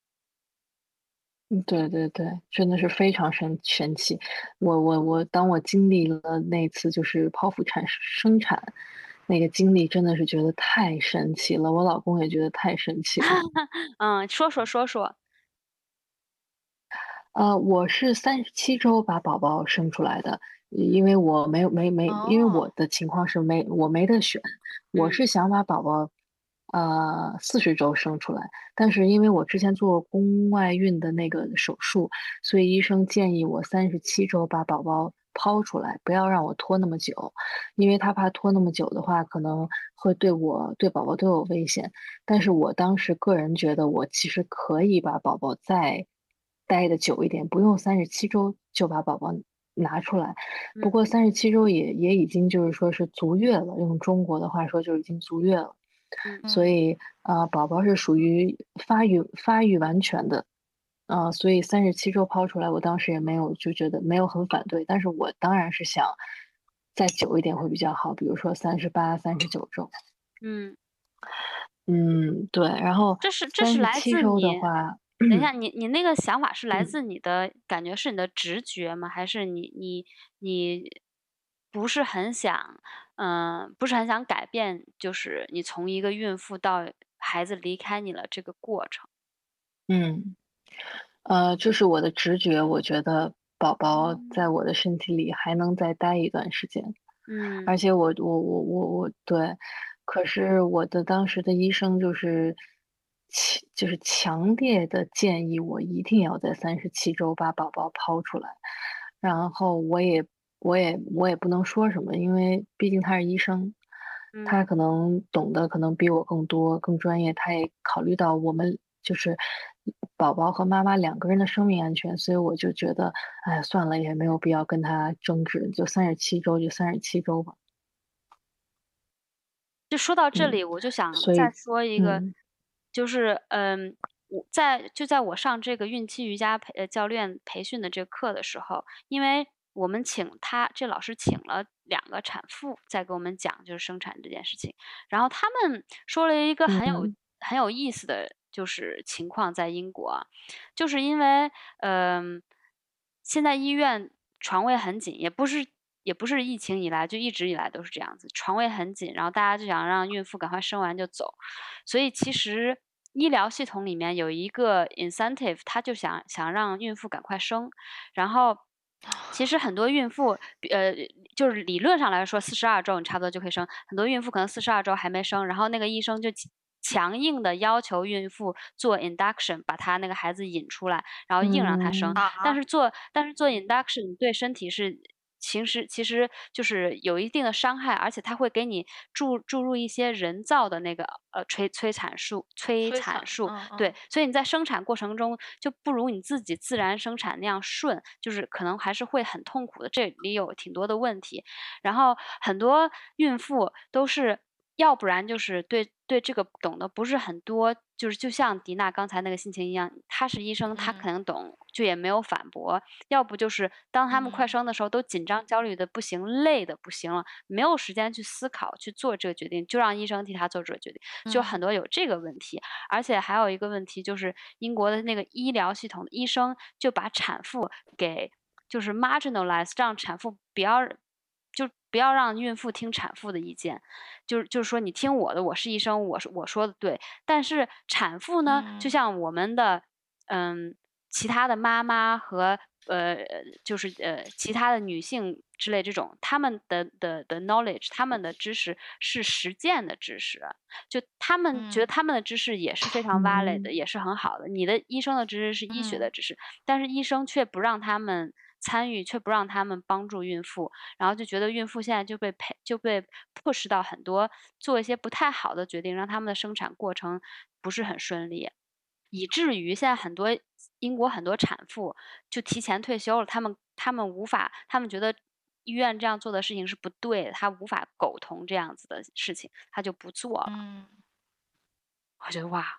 嗯，对对对，真的是非常神神奇。我我我当我经历了那次就是剖腹产生产，那个经历真的是觉得太神奇了，我老公也觉得太神奇了。 嗯，说说说说。 呃，我是三十七周把宝宝生出来的，因为我没有没没因为我哦。 的情况是没我没得选，我嗯。 是想把宝宝，呃四十周生出来，但是因为我之前做宫外孕的那个手术，所以医生建议我三十七周把宝宝抛出来，不要让我拖那么久，因为他怕拖那么久的话，可能会对我对宝宝都有危险。但是我当时个人觉得，我其实可以把宝宝再待的久一点，不用三十七周就把宝宝拿出来。不嗯过三十七周也也已经就是说是足月了，用中国的话说就是已经足月了。 嗯所以呃，宝宝是属于发育发育完全的，呃，所以三十七周抛出来，我当时也没有就觉得没有很反对，但是我当然是想再久一点会比较好，比如说三十八、三十九周。 嗯， 嗯，对，然后这是这三十是来七周的自你， 话， 等一下，你你那个想法是来嗯。 自你的感觉是你的直觉吗？还是你你你不是很想，嗯、不是很想改变，就是你从一个孕妇到孩子离开你了这个过程？ 嗯，呃，这是我的直觉，我觉得宝宝在嗯我的身体里还能再待一段时间。而嗯且我我我我我对，可是我的当时的医生就是强就是强烈的建议我一定要在三十七周把宝宝抛出来。然后我也我也我也不能说什么，因为毕竟他是医生，他嗯。 可能懂得可能比我更多、更专业，他也考虑到我们就是宝宝和妈妈两个人的生命安全，所以我就觉得，哎，算了，也没有必要跟他争执，就三十七周就三十七周吧。 就说到这嗯， 里，我就想再所以说一个， 嗯就是嗯，我在就在我上这个孕期瑜伽培呃教练培训的这个课的时候，因为我们请他这老师请了两个产妇在给我们讲就是生产这件事情，然后他们说了一个很有嗯很有意思的就是情况在英国啊，就是因为嗯，现在医院床位很紧，也不是也不是疫情以来，就一直以来都是这样子，床位很紧，然后大家就想让孕妇赶快生完就走。所以其实医疗系统里面有一个 incentive，他就想想让孕妇赶快生。然后其实很多孕妇，呃，就是理论上来说四十二周你差不多就可以生，很多孕妇可能四十二周还没生，然后那个医生就强强硬的要求孕妇做 induction，把她那个孩子引出来，然后硬让她生。 嗯但啊， 是做但是做 induction 对身体是其实其实就是有一定的伤害，而且它会给你注注入一些人造的那个呃催催产素催摧残， 产素， 嗯嗯对，所以你在生产过程中就不如你自己自然生产那样顺，就是可能还是会很痛苦的，这里有挺多的问题。然后很多孕妇都是要不然就是对对这个懂得不是很多，就是就像迪娜刚才那个心情一样，她是医生，她嗯可能懂，就也没有反驳。要不就是当他们快嗯生的时候都紧张焦虑的不行，累的不行了，没有时间去思考去做这个决定，就让医生替他做这个决定，就很嗯多有这个问题。而且还有一个问题就是英国的那个医疗系统的医生就把产妇给就是 marginalize，让产妇不要就不要让孕妇听产妇的意见，就是就是说你听我的，我是医生，我说我说的对。但是产妇呢，就嗯像我们的嗯其他的妈妈和呃就是呃其他的女性之类这种，她们的的的 knowledge，她们的知识是实践的知识，就他们觉得嗯他们的知识也是非常 valid 的， 嗯也是很好的。你的医生的知识是医学的嗯知识，但是医生却不让他们参与，却不让他们帮助孕妇，然后就觉得孕妇现在就被培就被 push 到很多做一些不太好的决定，让他们的生产过程不是很顺利。以至于现在很多英国很多产妇就提前退休了，他们他们无法，他们觉得医院这样做的事情是不对的，他无法苟同这样子的事情，他就不做了。 嗯我觉得哇，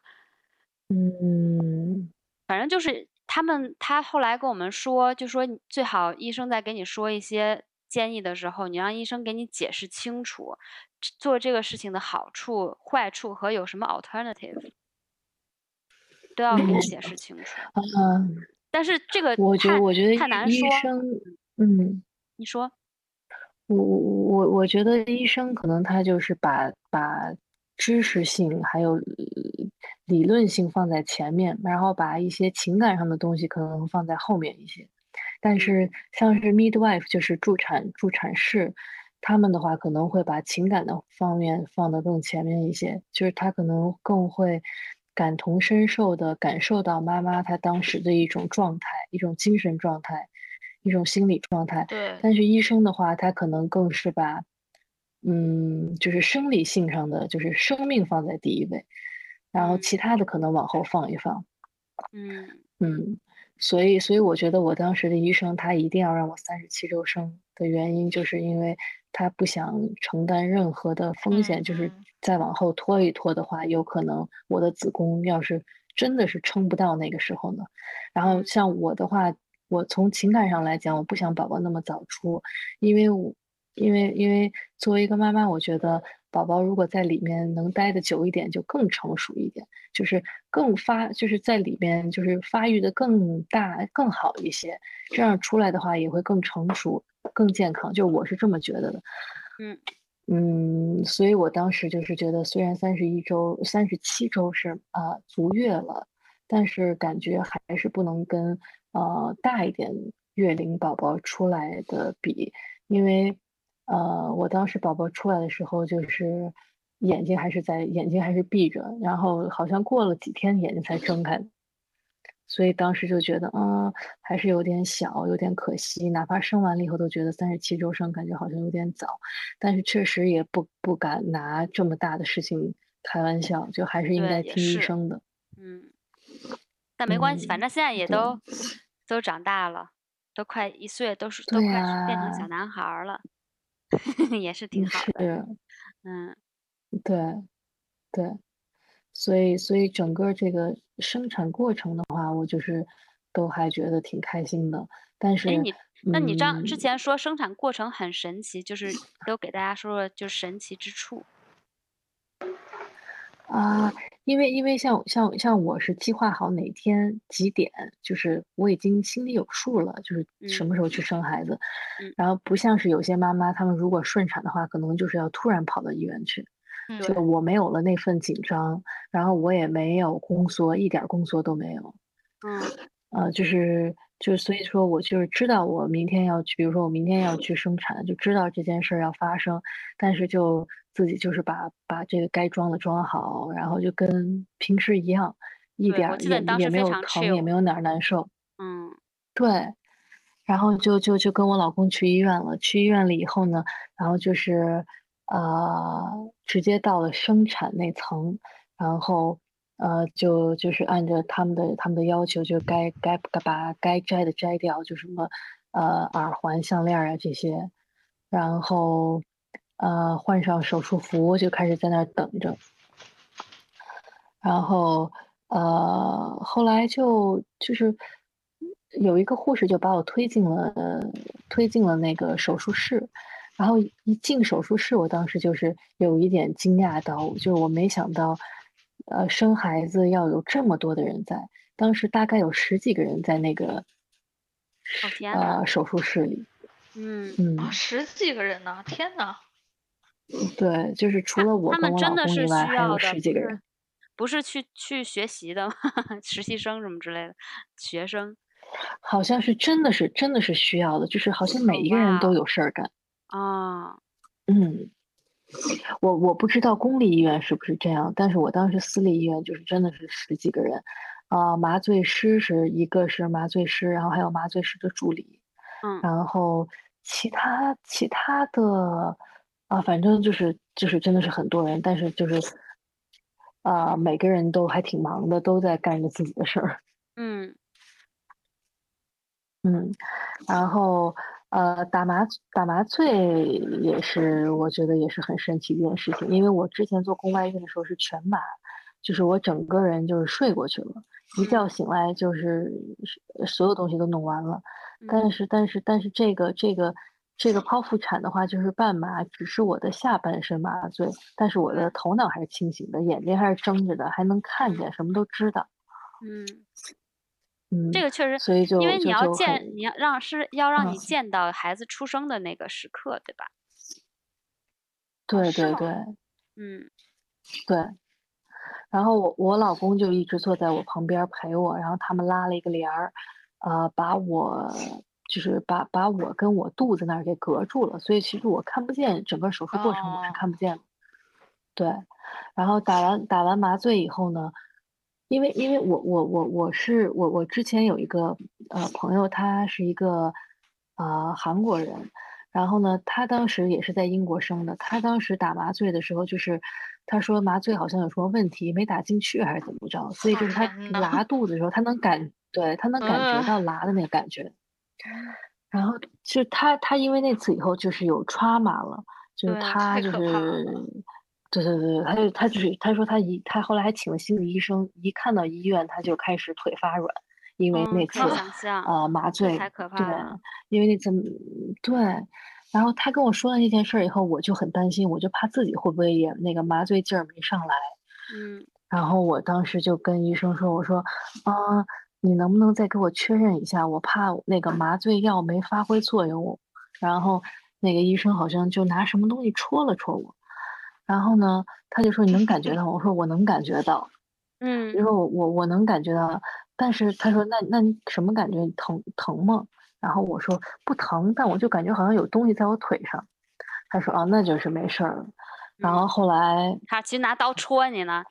嗯反正就是他们，他后来跟我们说，就说你最好医生在给你说一些建议的时候，你让医生给你解释清楚，做这个事情的好处、坏处和有什么 alternative，都要给你解释清楚。 嗯， 但是这个我觉得太我觉得医太难说。 医生，嗯。 你说， 我我我我觉得医生可能他就是把把知识性还有呃理论性放在前面，然后把一些情感上的东西可能放在后面一些。但是像是 midwife 就是助产助产士，他们的话可能会把情感的方面放得更前面一些，就是他可能更会感同身受的感受到妈妈她当时的一种状态，一种精神状态。 一种心理状态。 对， 但是医生的话，他可能更是把，嗯，就是生理性上的，就是生命放在第一位，然后嗯其他的可能往后放一放。 嗯嗯，所以所以我觉得我当时的医生他一定要让我三十七周生的原因，就是因为他不想承担任何的风嗯险，就是嗯再往后拖一拖的话，有可能我的子宫要是真的是撑不到那个时候呢。然后嗯像我的话，我从情感上来讲，我不想宝宝那么早出，因为我因为因为作为一个妈妈，我觉得宝宝如果在里面能待得久一点，就更成熟一点。就是更发就是在里边就是发育的更大更好一些，这样出来的话也会更成熟、更健康，就我是这么觉得的。 嗯嗯，所以我当时就是觉得，虽然三十一周、三十七周是啊、足月了，但是感觉还是不能跟呃大一点月龄宝宝出来的比，因为呃我当时宝宝出来的时候，就是眼睛还是在眼睛还是闭着，然后好像过了几天眼睛才睁开的，所以当时就觉得，嗯，还是有点小，有点可惜。哪怕生完了以后都觉得三十七周生感觉好像有点早，但是确实也不不敢拿这么大的事情开玩笑，就还是应对， 该听医也是， 生的。 嗯，但没关系，反嗯， 正现在也对， 都都长大了，都快一岁，都是都对快是变成小呀， 男孩儿了，也是挺嗯，是， 好的，嗯。 对对，所以所以整个这个生产过程的话，我就是都还觉得挺开心的。但哎， 是， 你那你这样之嗯， 前说生产过程很神奇，就是都给大家说说就神奇之处。 啊，因为因为像像像我是计划好哪天几点，就是我已经心里有数了，就是什嗯么时候去生孩子。 嗯， 然后不像是有些妈妈，她们如果顺产的话，可能就是要突然跑到医院去。 嗯就对， 我没有了那份紧张，然后我也没有宫缩，一点儿宫缩都没有。 嗯呃，就是就所以说我就是知道我明天要去，比如说我明天要去生产，就知道这件事儿要发生，但是就自己就是把把这个该装的装好，然后就跟平时一样，一对， 点儿我记得你当也也没时非常有疼，也 chill。 没有哪儿难受。 嗯对，然后就就就跟我老公去医院了。去医院了以后呢，然后就是，呃，直接到了生产那层，然后，呃，就就是按照他们的他们的要求，就该该该把该摘的摘掉，就什么，呃，耳环、项链儿啊这些，然后，呃，换上手术服，就开始在那儿等着。然后，呃，后来就就是有一个护士就把我推进了推进了那个手术室，然后一进手术室，我当时就是有一点惊讶到，就是我没想到，呃，生孩子要有这么多的人在，当时大概有十几个人在那个哦室天呐， 呃手术室里， 嗯， 啊， 嗯， 十几个人呢，天呐！ 对，就是除他了我他们跟我老真的是公以外，还有需要的， 十几个人。 不是不是去去学习的吗？实习生什么之类的，学生。 好像是真的是真的是需要的，就是好像每哦一个人都哇哦， 有事儿干。 哦， 嗯，我我不知道公立医院是不是这样，但是我当时私立医院就是真的是十几个人，啊、麻醉师是一个是麻醉师，然后还有麻醉师的助理， 嗯然后其他其他的啊、反正就是就是真的是很多人，但是就是啊、每个人都还挺忙的，都在干着自己的事儿。 嗯嗯，然后，呃，打麻打麻醉也是，我觉得也是很神奇的一件事情。因为我之前做宫外孕的时候是全麻，就是我整个人就是睡过去了，一觉嗯醒来就是是所有东西都弄完了。 嗯， 但是，但是，但是这个这个这个剖腹产的话就是半麻，只是我的下半身麻醉，但是我对， 的头脑还是清醒的，眼睛还是睁着的，还能看嗯见，什么都知道。 嗯。这嗯， 个确实， 所以就因为你就就很， 要见，你要让是要让你嗯， 见到孩子出生的那个时刻，对吧？ 哦， 对对对。 是吗？ 嗯对，然后我我老公就一直坐在我旁边儿陪我，然后他们拉了一个帘儿，呃，把我就是把把我跟我肚子那儿给隔住了，所以其实我看不见整个手术过程，我是哦， 看不见的。对，然后打完打完麻醉以后呢，因为因为我我我我是我我之前有一个呃朋友，他是一个呃，韩国人。然后呢，他当时也是在英国生的，他当时打麻醉的时候，就是他说麻醉好像有什么问题，没打进去还是怎么着，所以哦就是他天呐， 拉肚子的时候，他能感对，他能感觉嗯到拉的那个感觉。 嗯， 然后就他他因为那次以后就是有 trauma 了，就是对， 他就太可怕是了。 对对对，他就他就是他说他一他后来还请了心理医生，一看到医院他就开始腿发软，因为那嗯，可以次想象， 呃麻醉， 这太可对， 怕了。 因为那次对，然后他跟我说了那件事儿以后，我就很担心，我就怕自己会不会也那个麻醉劲儿没上来。 嗯然后我当时就跟医生说，我说，啊，你能不能再给我确认一下？我怕那个麻醉药没发挥作用。然后那个医生好像就拿什么东西戳了戳我，然后呢，他就说你能感觉到吗？我说我能感觉到， 嗯， 因为我我我能感觉到，但是他说那那你什么感觉？你疼疼吗？然后我说不疼，但我就感觉好像有东西在我腿上。他说啊，那就是没事儿了。然后嗯， 后来他其实拿刀戳你呢，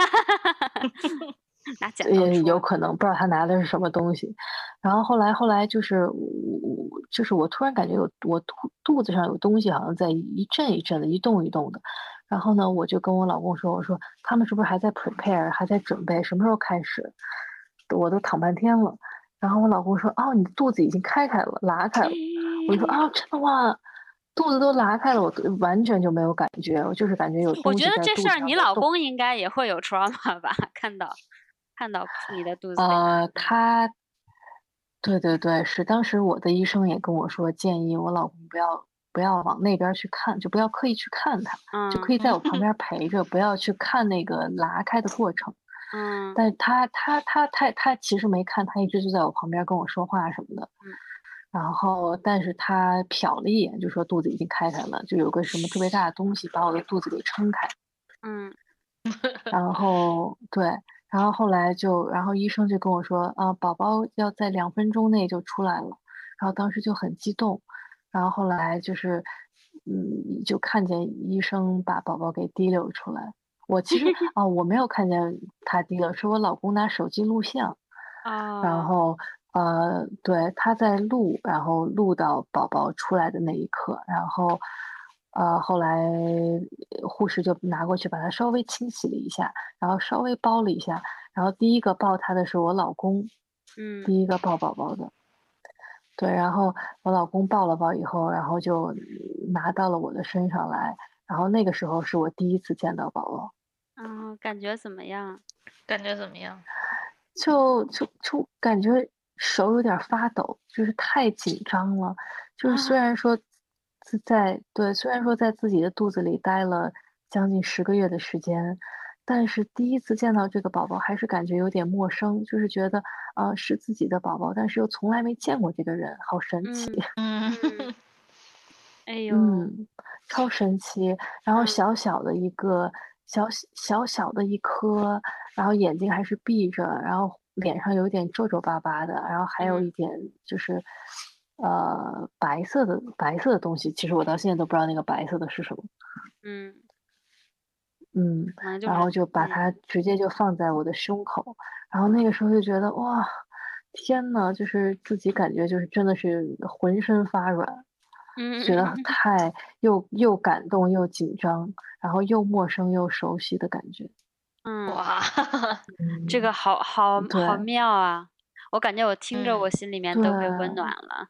拿剪刀呃，有戳。 可能不知道他拿的是什么东西，然后后来后来就是我就是我突然感觉有我肚肚子上有东西好像在一阵一阵的，一动一动的，然后呢，我就跟我老公说，我说他们是不是还在 prepare，还在准备，什么时候开始？我都躺半天了，然后我老公说，哦，你肚子已经开开了，拉开了，我就说啊，真的吗？肚子都拉开了，我都完全就没有感觉，我就是感觉有我觉得东西在这事儿你肚子上在动。 老公应该也会有 trauma 吧？看到看到你的肚子被拉呃， 开。 他对对对，是当时我的医生也跟我说，建议我老公不要不要往那边儿去看，就不要刻意去看他，就可嗯以在我旁边儿陪着，不要去看那个拉开的过程。 嗯但是他他他他他其实没看，他一直就在我旁边儿跟我说话什么的。 嗯， 然后，但是他瞟了一眼，就说肚子已经开开了，就有个什么特别大的东西把我的肚子给撑开。 嗯然后对，然后后来就然后医生就跟我说，啊，宝宝要在两分钟内就出来了，然后当时就很激动，然后后来就是，嗯，就看见医生把宝宝给提溜出来。我其实啊，我没有看见他提溜，是我老公拿手机录像，然哦， 后呃，对，他在录，然后录到宝宝出来的那一刻，然后呃，后来呃护士就拿过去把他稍微清洗了一下，然后稍微包了一下，然后第一个抱他的是我老公， 嗯第一个抱宝宝的，对，然后我老公抱了抱以后，然后就拿到了我的身上来，然后那个时候是我第一次见到宝宝。 嗯，感觉怎么样？ 感觉怎么样？ 就就就感觉手有点儿发抖，就是太紧张了。就是虽啊， 然说自在对，虽然说在自己的肚子里待了将近十个月的时间，但是第一次见到这个宝宝还是感觉有点陌生，就是觉得，呃，是自己的宝宝，但是又从来没见过这个人，好神奇。 嗯嗯， 嗯，哎呦， 嗯，超神奇。然后嗯小小的一个小小小的一颗，然后眼睛还是闭着，然后脸上有点皱皱巴巴的，然后还有嗯一点就是，呃，白色的白色的东西，其实我到现在都不知道那个白色的是什么。 嗯， 嗯， 可能就是然后就把嗯它直接就放在我的胸口，然后那个时候就觉得哇，天呐，就是自己感觉就是真的是浑身发软。 嗯觉得嗯太又又感动又紧张，然后又陌生又熟悉的感觉。 嗯， 哇， 这个嗯， 好好对好妙啊！我感觉我听着我嗯， 心里面都被温暖对了。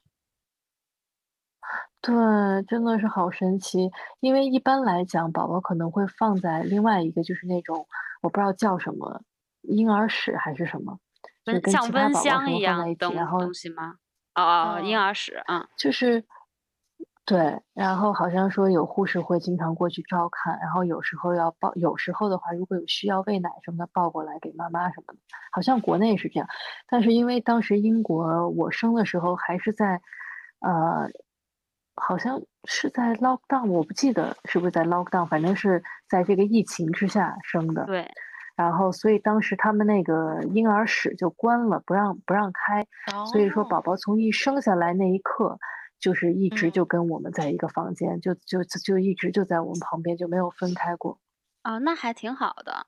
对，真的是好神奇。因为一般来讲，宝宝可能会放在另外一个，就是那种我不知道叫什么，婴儿室还是什么，就是温跟其他像温宝宝什么放箱一样在一起，然东后东西吗？哦哦，婴嗯， 儿室，嗯就是对，然后好像说有护士会经常过去照看，然后有时候要抱，有时候的话，如果有需要喂奶什么的，抱过来给妈妈什么的，好像国内是这样。但是因为当时英国我生的时候还是在，呃，好像是在 lockdown，我不记得是不是在 lockdown，反正是在这个疫情之下生的。 对， 然后所以当时他们那个婴儿室就关了，不让不让开，所以说哦， 宝宝从一生下来那一刻，就是一直就嗯， 跟我们在一个房间，就就就一直就在我们旁边，就没有分开过。 哦，那还挺好的。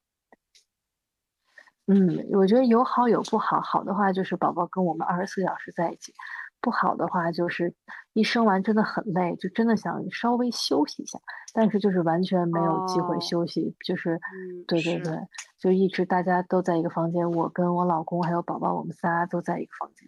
嗯，我觉得有好有不好，好的话就是宝宝跟我们二十四小时在一起， 不好的话，就是一生完真的很累，就真的想稍微休息一下，但是就是完全没有机会哦， 休息，就是嗯， 对对对， 是， 就一直大家都在一个房间，我跟我老公还有宝宝，我们仨都在一个房间。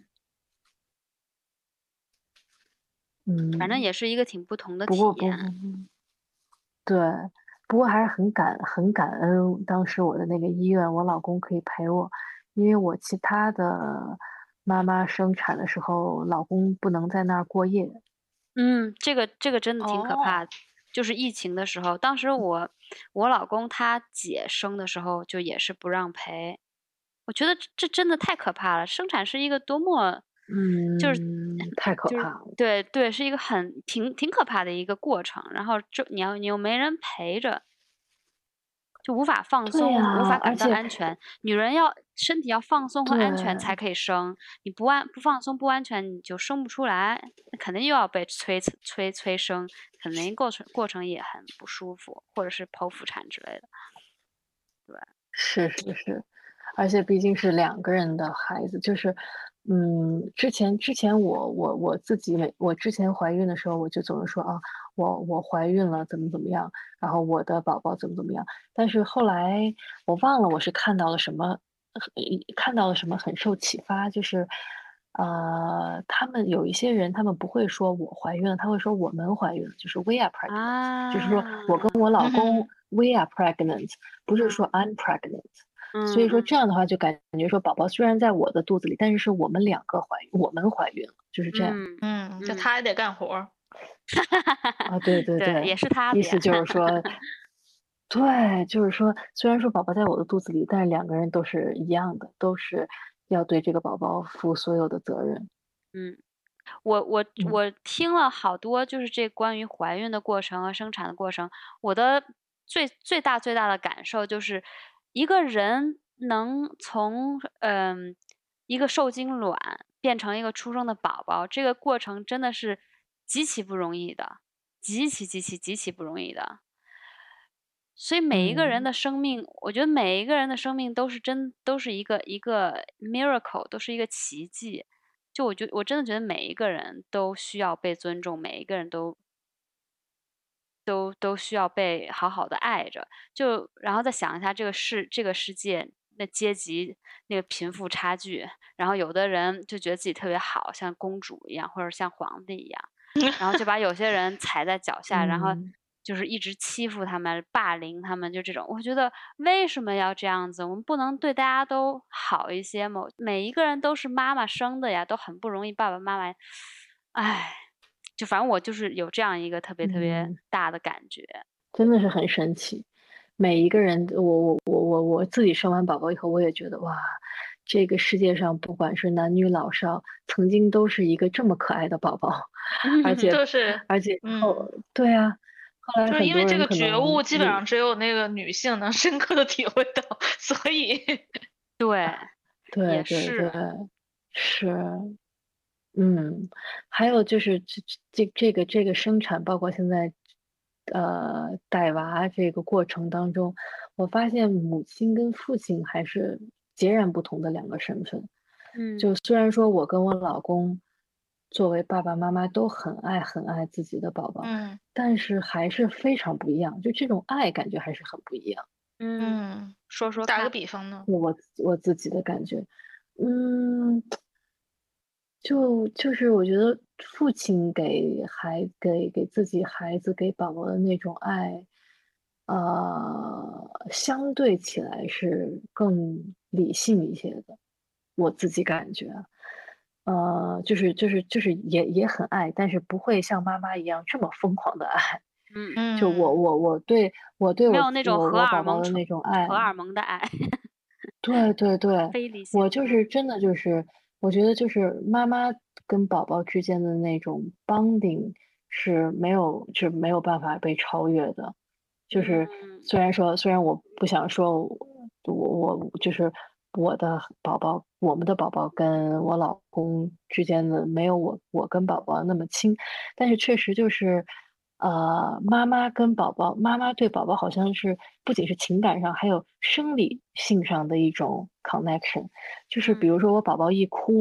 嗯， 反正也是一个挺不同的不过不不体验。 对，不过还是很感很感恩当时我的那个医院，我老公可以陪我，因为我其他的妈妈生产的时候，老公不能在那儿过夜。 嗯，这个这个真的挺可怕哦， 的。就是疫情的时候，当时我我老公他姐生的时候就也是不让陪。我觉得这这真的太可怕了，生产是一个多么就是嗯，太可就是怕了。 对对，是一个很挺挺可怕的一个过程，然后这你要你又没人陪着，就无法放对松，无呀， 法感到而且安全。女人要身体要放松和安全才对， 可以生，你不安不放松不安全你就生不出来，那肯定又要被催催催生，肯定过程过程也很不舒服，或者是剖腹产之类的。对， 是是是，而且毕竟是两个人的孩子，就是，嗯，之前之前我我我自己每我之前怀孕的时候，我就总是说啊，我我怀孕了，怎么怎么样，然后我的宝宝怎么怎么样。但是后来我忘了我是看到了什么，呃看到了什么很受启发，就是，呃，他们有一些人，他们不会说我怀孕了，他会说我们怀孕了，就是 we are pregnant，就是说我跟啊， 我老公嗯 we are pregnant，不是说嗯 I'm pregnant。所以说嗯嗯这样的话，就感觉说宝宝虽然在我的肚子里，但是是我们两个怀孕，我们怀孕了，就是这样。 嗯嗯，就嗯， 他也得干活儿。 啊，对对对， 对， 也是他的呀。 意思就是说，对，就是说，虽然说宝宝在我的肚子里，但是两个人都是一样的，都是要对这个宝宝负所有的责任。 嗯。我我嗯我听了好多，就是这关于怀孕的过程和生产的过程，我的最最大最大的感受就是，一个人能从嗯、一个受精卵变成一个出生的宝宝，这个过程真的是极其不容易的，极其极其极其不容易的。所以每一个人嗯的生命，我觉得每一个人的生命都是真都是一个一个 miracle，都是一个奇迹。就我觉我真的觉得每一个人都需要被尊重，每一个人都都都需要被好好的爱着。就然后再想一下这个世这个世界，那阶级那个贫富差距，然后有的人就觉得自己特别好，像公主一样，或者像皇帝一样，然后就把有些人踩在脚下，然后嗯就是一直欺负他们、霸凌他们，就这种。我觉得为什么要这样子？我们不能对大家都好一些吗？每一个人都是妈妈生的呀，都很不容易，爸爸妈妈，唉，就反正我就是有这样一个特别特别嗯， 大的感觉。 真的是很神奇。每一个人，我我我我我自己生完宝宝以后，我也觉得哇，这个世界上不管是男女老少，曾经都是一个这么可爱的宝宝，而且就是而且后嗯， 对啊，后来就是因为很多人可这个觉能也悟基本上只有那个女性能深刻的体会到，所以对，也对对对， 是， 是，嗯，还有就是这这这个这个生产，包括现在，呃，带娃这个过程当中，我发现母亲跟父亲还是截然不同的两个身份。 嗯就虽然说我跟我老公作为爸爸妈妈都很爱很爱自己的宝宝， 嗯但是还是非常不一样，就这种爱感觉还是很不一样。 嗯， 嗯， 说说打个看。 比方呢？ 我我自己的感觉，嗯。就就是我觉得父亲给孩给给自己孩子给宝宝的那种爱，呃，相对起来是更理性一些的，我自己感觉啊，呃，就是就是就是也也很爱，但是不会像妈妈一样这么疯狂的爱。 嗯， 就我嗯我我对我对我没有那种我荷我宝宝的尔蒙冲那种爱， 荷尔蒙的爱， 对对对， 非理性。 我就是嗯真的就是，我觉得就是妈妈跟宝宝之间的那种 bonding 是没有是没有办法被超越的。就是嗯虽然说虽然我不想说我我就是我的宝宝，我们的宝宝跟我老公之间的没有我我跟宝宝那么亲，但是确实就是，呃，妈妈跟宝宝，妈妈对宝宝好像是不仅是情感上，还有生理性上的一种 connection。就是比嗯如说我宝宝一哭，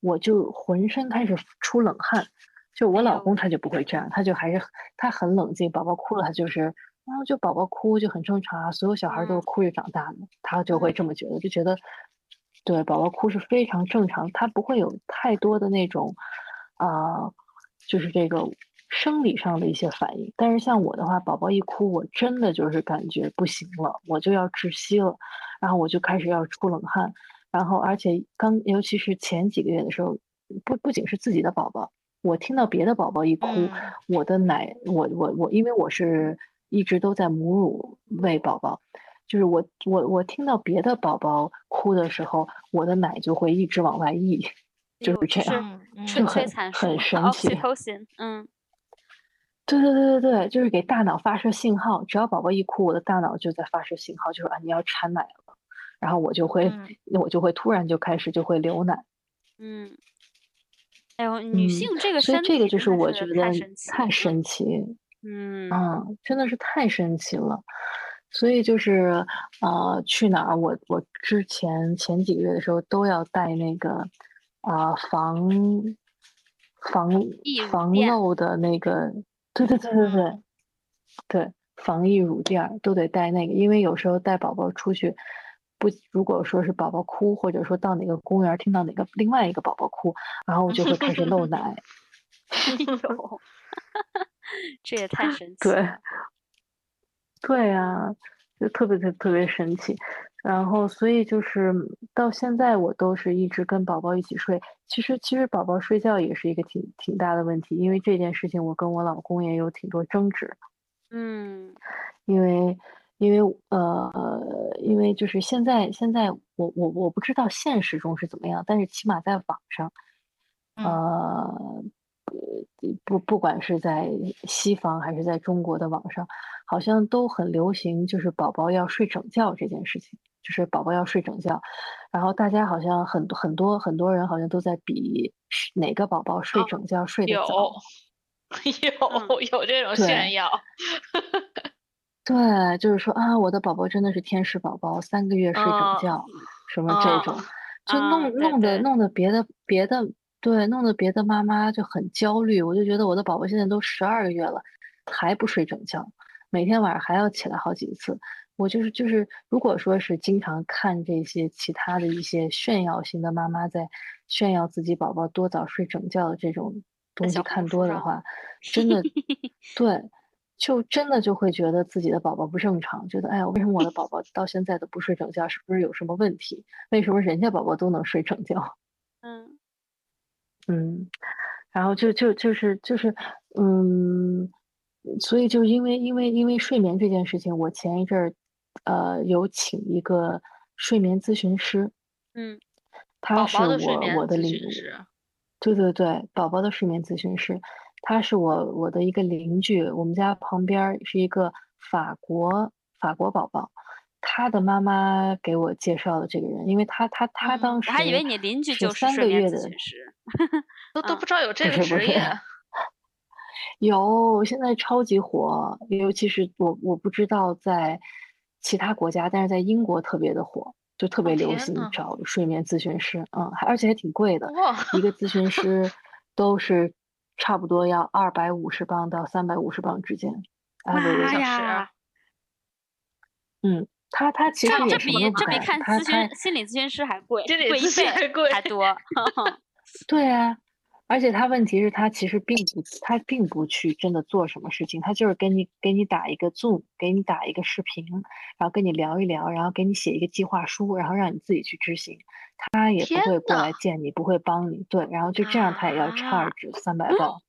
我就浑身开始出冷汗。就我哎呦老公他就不会这样，他就还是他很冷静，宝宝哭了他就是，然后就宝宝哭就很正常啊，所有小孩都是嗯哭着长大的，他就会嗯这么觉得，就觉得对宝宝哭是非常正常，他不会有太多的那种啊、就是这个生理上的一些反应。但是像我的话，宝宝一哭，我真的就是感觉不行了，我就要窒息了，然后我就开始要出冷汗，然后而且刚尤其是前几个月的时候，不不仅是自己的宝宝。我听到别的宝宝一哭， 嗯我的奶，我我我，因为我是一直都在母乳喂宝宝，就是我我我听到别的宝宝哭的时候，我的奶就会一直往外溢， 哎呦，这是嗯嗯催催就很很产素神奇。 oxytocin，嗯对对对对对，就是给大脑发射信号，只要宝宝一哭，我的大脑就在发射信号，就是啊你要产奶了，然后我就会嗯我就会突然就开始就会流奶。 嗯，哎呦，女嗯， 性这个所以身这个就是体真的我觉得是太神奇， 太嗯神奇。 嗯嗯，真的是太神奇了。所以就是，呃，去哪儿我我之前前几个月的时候都要带那个，啊、防防溢乳防垫， 漏的那个，对对对对对嗯对，防溢乳垫儿都得带那个，因为有时候带宝宝出去，不，如果说是宝宝哭，或者说到哪个公园儿听到哪个另外一个宝宝哭，然后就会开始漏奶。 哎呦，这也太神奇对。 了， 对啊，就特别特特别神奇。然后，所以就是到现在我都是一直跟宝宝一起睡。其实，其实宝宝睡觉也是一个挺挺大的问题，因为这件事情我跟我老公也有挺多争执。 嗯因为，因为呃，因为就是现在现在我我我不知道现实中是怎么样，但是起码在网上， 嗯呃，不不管是在西方还是在中国的网上，好像都很流行，就是宝宝要睡整觉这件事情，就是宝宝要睡整觉，然后大家好像很多很多很多人好像都在比是哪个宝宝睡啊整觉睡得有早。 嗯有有这种炫对耀， 对，就是说啊，我的宝宝真的是天使宝宝，三个月睡整嗯觉，什么这嗯种，就啊， 弄弄得对对， 弄得别的别的，对，弄得别的妈妈就很焦虑。我就觉得我的宝宝现在都十二个月了，还不睡整觉，每天晚上还要起来好几次。我就是就是，如果说是经常看这些其他的一些炫耀型的妈妈在炫耀自己宝宝多早睡整觉的这种在小东西看红书上， 多的话，真的对。就真的就会觉得自己的宝宝不正常，觉得哎呀，为什么我的宝宝到现在都不睡整觉，是不是有什么问题？为什么人家宝宝都能睡整觉？ 嗯嗯，然后就就就是就是，嗯，所以就因为因为因为睡眠这件事情，我前一阵儿，呃，有请一个睡眠咨询师， 嗯他宝宝的睡是我我眠咨的邻， 询师， 对对对，宝宝的睡眠咨询师，他是我我的一个邻居，我们家旁边儿是一个法国法国宝宝，他的妈妈给我介绍的这个人，因为他他他当嗯， 我还以为时你邻居是就是三个月的， 睡眠咨询师， 都都不嗯知道有这个不是不是， 职业， 有，现在超级火，尤其是我我不知道在其他国家，但是在英国特别的火，就特哦别流天呐， 行找睡眠咨询师，嗯，还而且还挺贵的， 哇， 一个咨询师都是差不多要二百五十磅到三百五十磅之间一妈小 ，average， 时， 呀， 嗯，他他其这实也这比这什么都不干， 比看咨他他询心理咨询师还贵， 心理咨询贵一倍还贵， 还多， 对啊，而且他问题是，他其实并不，他并不去真的做什么事情，他就是跟你给你打一个 Zoom，给你打一个视频，然后跟你聊一聊，然后给你写一个计划书，然后让你自己去执行。他也不天会过呐来见你，不会帮你，对，然后就这样，他也要啊， charge 三百磅。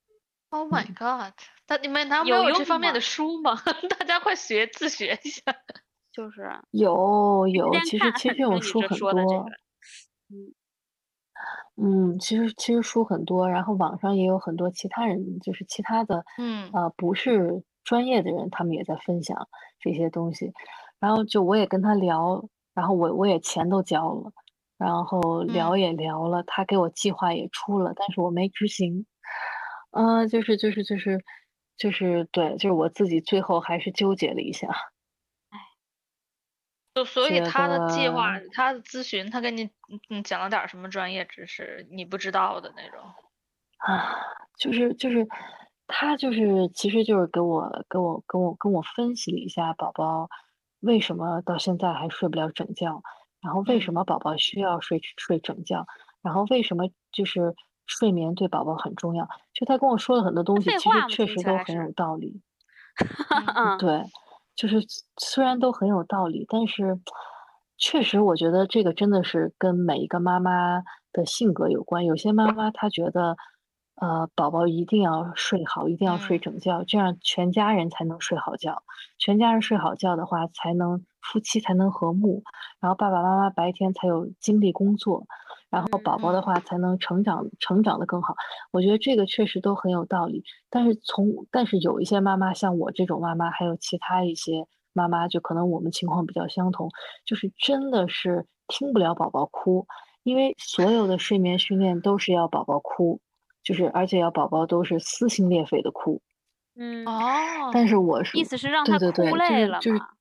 ，Oh my 嗯， god！但你们难道没有有这用吗？ 方面的书吗？大家快学自学一下。 就是天有有，其实天看， 其实这种听你这书很说的这个， 多。 嗯嗯，其实其实书很多，然后网上也有很多其他人，就是其他的， 嗯呃，不是专业的人，他们也在分享这些东西。然后就我也跟他聊，然后我我也钱都交了，然后聊嗯， 也聊了，他给我计划也出了，但是我没执行。呃，就是就是就是就是对，就是我自己最后还是纠结了一下。 就所以觉他的计划， 得他的咨询，他跟你嗯嗯讲了点儿什么专业知识，你不知道的那种。 啊，就是就是他就是其实就是给我给我跟我跟我分析了一下宝宝为什么到现在还睡不了整觉，然后为什嗯么宝宝需要睡睡整觉，然后为什么就是睡眠对宝宝很重要。就他跟我说了很多东西，其实废话嘛， 确听实都很有起来是。 道理。 嗯嗯对，就是虽然都很有道理，但是确实我觉得这个真的是跟每一个妈妈的性格有关。有些妈妈她觉得，呃，宝宝一定要睡好，一定要睡嗯整觉，这样全家人才能睡好觉。全家人睡好觉的话，才能夫妻才能和睦，然后爸爸妈妈白天才有精力工作，然后宝宝的嗯话才能成长成长得更好。我觉得这个确实都很有道理。但是从但是有一些妈妈，像我这种妈妈，还有其他一些妈妈，就可能我们情况比较相同，就是真的是听不了宝宝哭，因为所有的睡眠训练都是要宝宝哭，就是而且要宝宝都是撕心裂肺的哭。 嗯， 哦， 但是我是意思是让他哭对对对，就累是就是了嘛？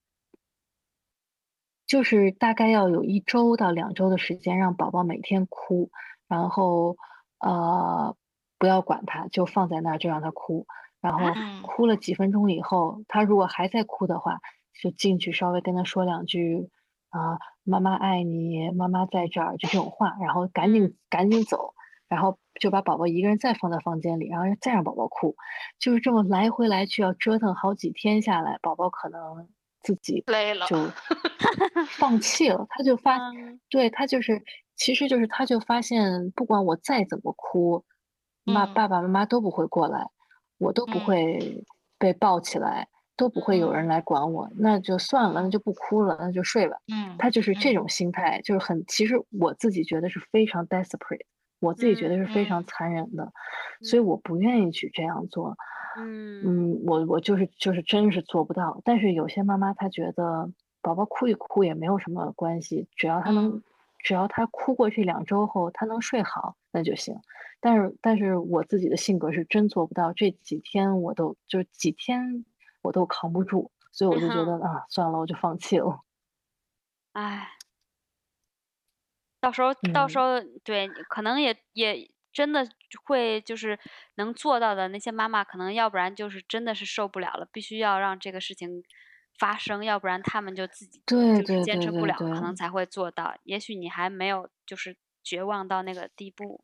就是大概要有一周到两周的时间让宝宝每天哭，然后，呃，不要管他，就放在那儿就让他哭。然啊？ 后嗯哭了几分钟以后，他如果还在哭的话，就进去稍微跟他说两句，啊，“妈妈爱你，妈妈在这儿”，就这种话，然后赶嗯， 紧赶紧走，然后就把宝宝一个人再放在房间里，然后再让宝宝哭。就是这么来回来去要折腾好几天下来，宝宝可能自己累了。 就放弃了。他就发嗯对，他就是其实就是他就发现不管我再怎么哭，妈嗯爸爸妈妈都不会过来，我都不嗯会被抱起来，都不会有人嗯来管我，那就算了，那嗯就不哭了，那就睡吧。 嗯他就是这嗯种心态，就是很其实我自己觉得是非常 desperate，我自己觉得嗯是非常嗯残忍的，所以嗯我不愿意去这样做。 嗯嗯，我我就是就是真是做不到。但是有些妈妈她觉得宝宝哭一哭也没有什么关系，只要他能嗯只要他哭过这两周后，他能睡好，那就行。但是但是我自己的性格是真做不到，这几天我都就几天我都扛不住，所以我就觉得， 嗯， 啊，算了，我就放弃了。 唉。到时候到时嗯， 候对，可能也也真的会就是能做到的那些妈妈，可能要不然就是真的是受不了了，必须要让这个事情发生，要不然她们就自己就是对对坚持不了， 对对对。 可能才会做到。也许你还没有就是绝望到那个地步。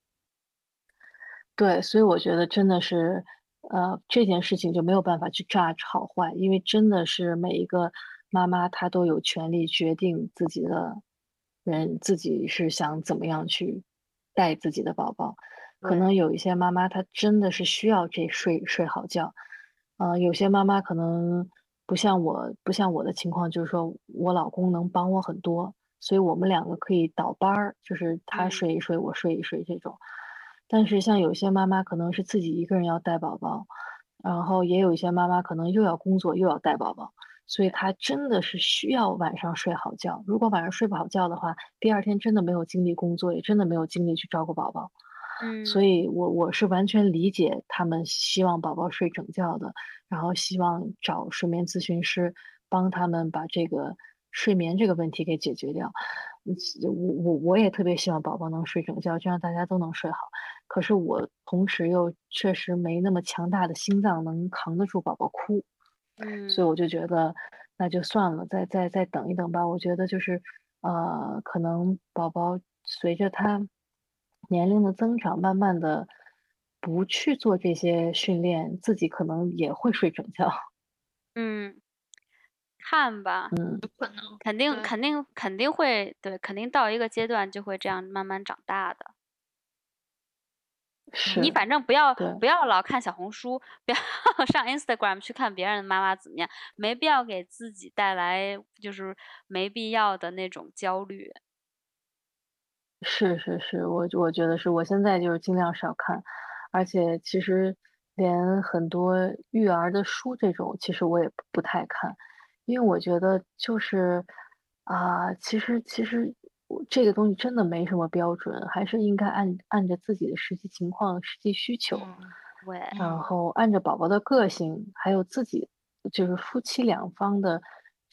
对，所以我觉得真的是，呃，这件事情就没有办法去 judge 好坏，因为真的是每一个妈妈她都有权利决定自己的人，自己是想怎么样去带自己的宝宝。可对， 能有一些妈妈她真的是需要这睡睡好觉，呃，有些妈妈可能不像我，不像我的情况，就是说我老公能帮我很多，所以我们两个可以倒班儿，就是他嗯， 睡一睡，我睡一睡这种。但是像有些妈妈可能是自己一个人要带宝宝，然后也有一些妈妈可能又要工作又要带宝宝，所以对， 她真的是需要晚上睡好觉。如果晚上睡不好觉的话，第二天真的没有精力工作，也真的没有精力去照顾宝宝。所嗯， 以我我是完全理解他们希望宝宝睡整觉的，然后希望找睡眠咨询师帮他们把这个睡眠这个问题给解决掉。嗯，我我我也特别希望宝宝能睡整觉，这样大家都能睡好。可是我同时又确实没那么强大的心脏能扛得住宝宝哭，所以我嗯。 就觉得那就算了，再再再等一等吧。我觉得就是，呃，可能宝宝随着他年龄的增长，慢慢的不去做这些训练，自己可能也会睡整觉。 嗯，看吧， 有可能。 肯定对。 肯定肯定会对，肯定到一个阶段就会这样慢慢长大的。你是， 反正不要对。 不要老看小红书，不要上 Instagram 去看别人的妈妈怎么样，没必要给自己带来就是没必要的那种焦虑。 是是是，我我觉得是，我现在就是尽量少看，而且其实连很多育儿的书这种，其实我也不不太看，因为我觉得就是啊、其实其实我这个东西真的没什么标准，还是应该按按着自己的实际情况、实际需求， 嗯对， 然嗯后按照宝宝的个性，还有自己就是夫妻两方的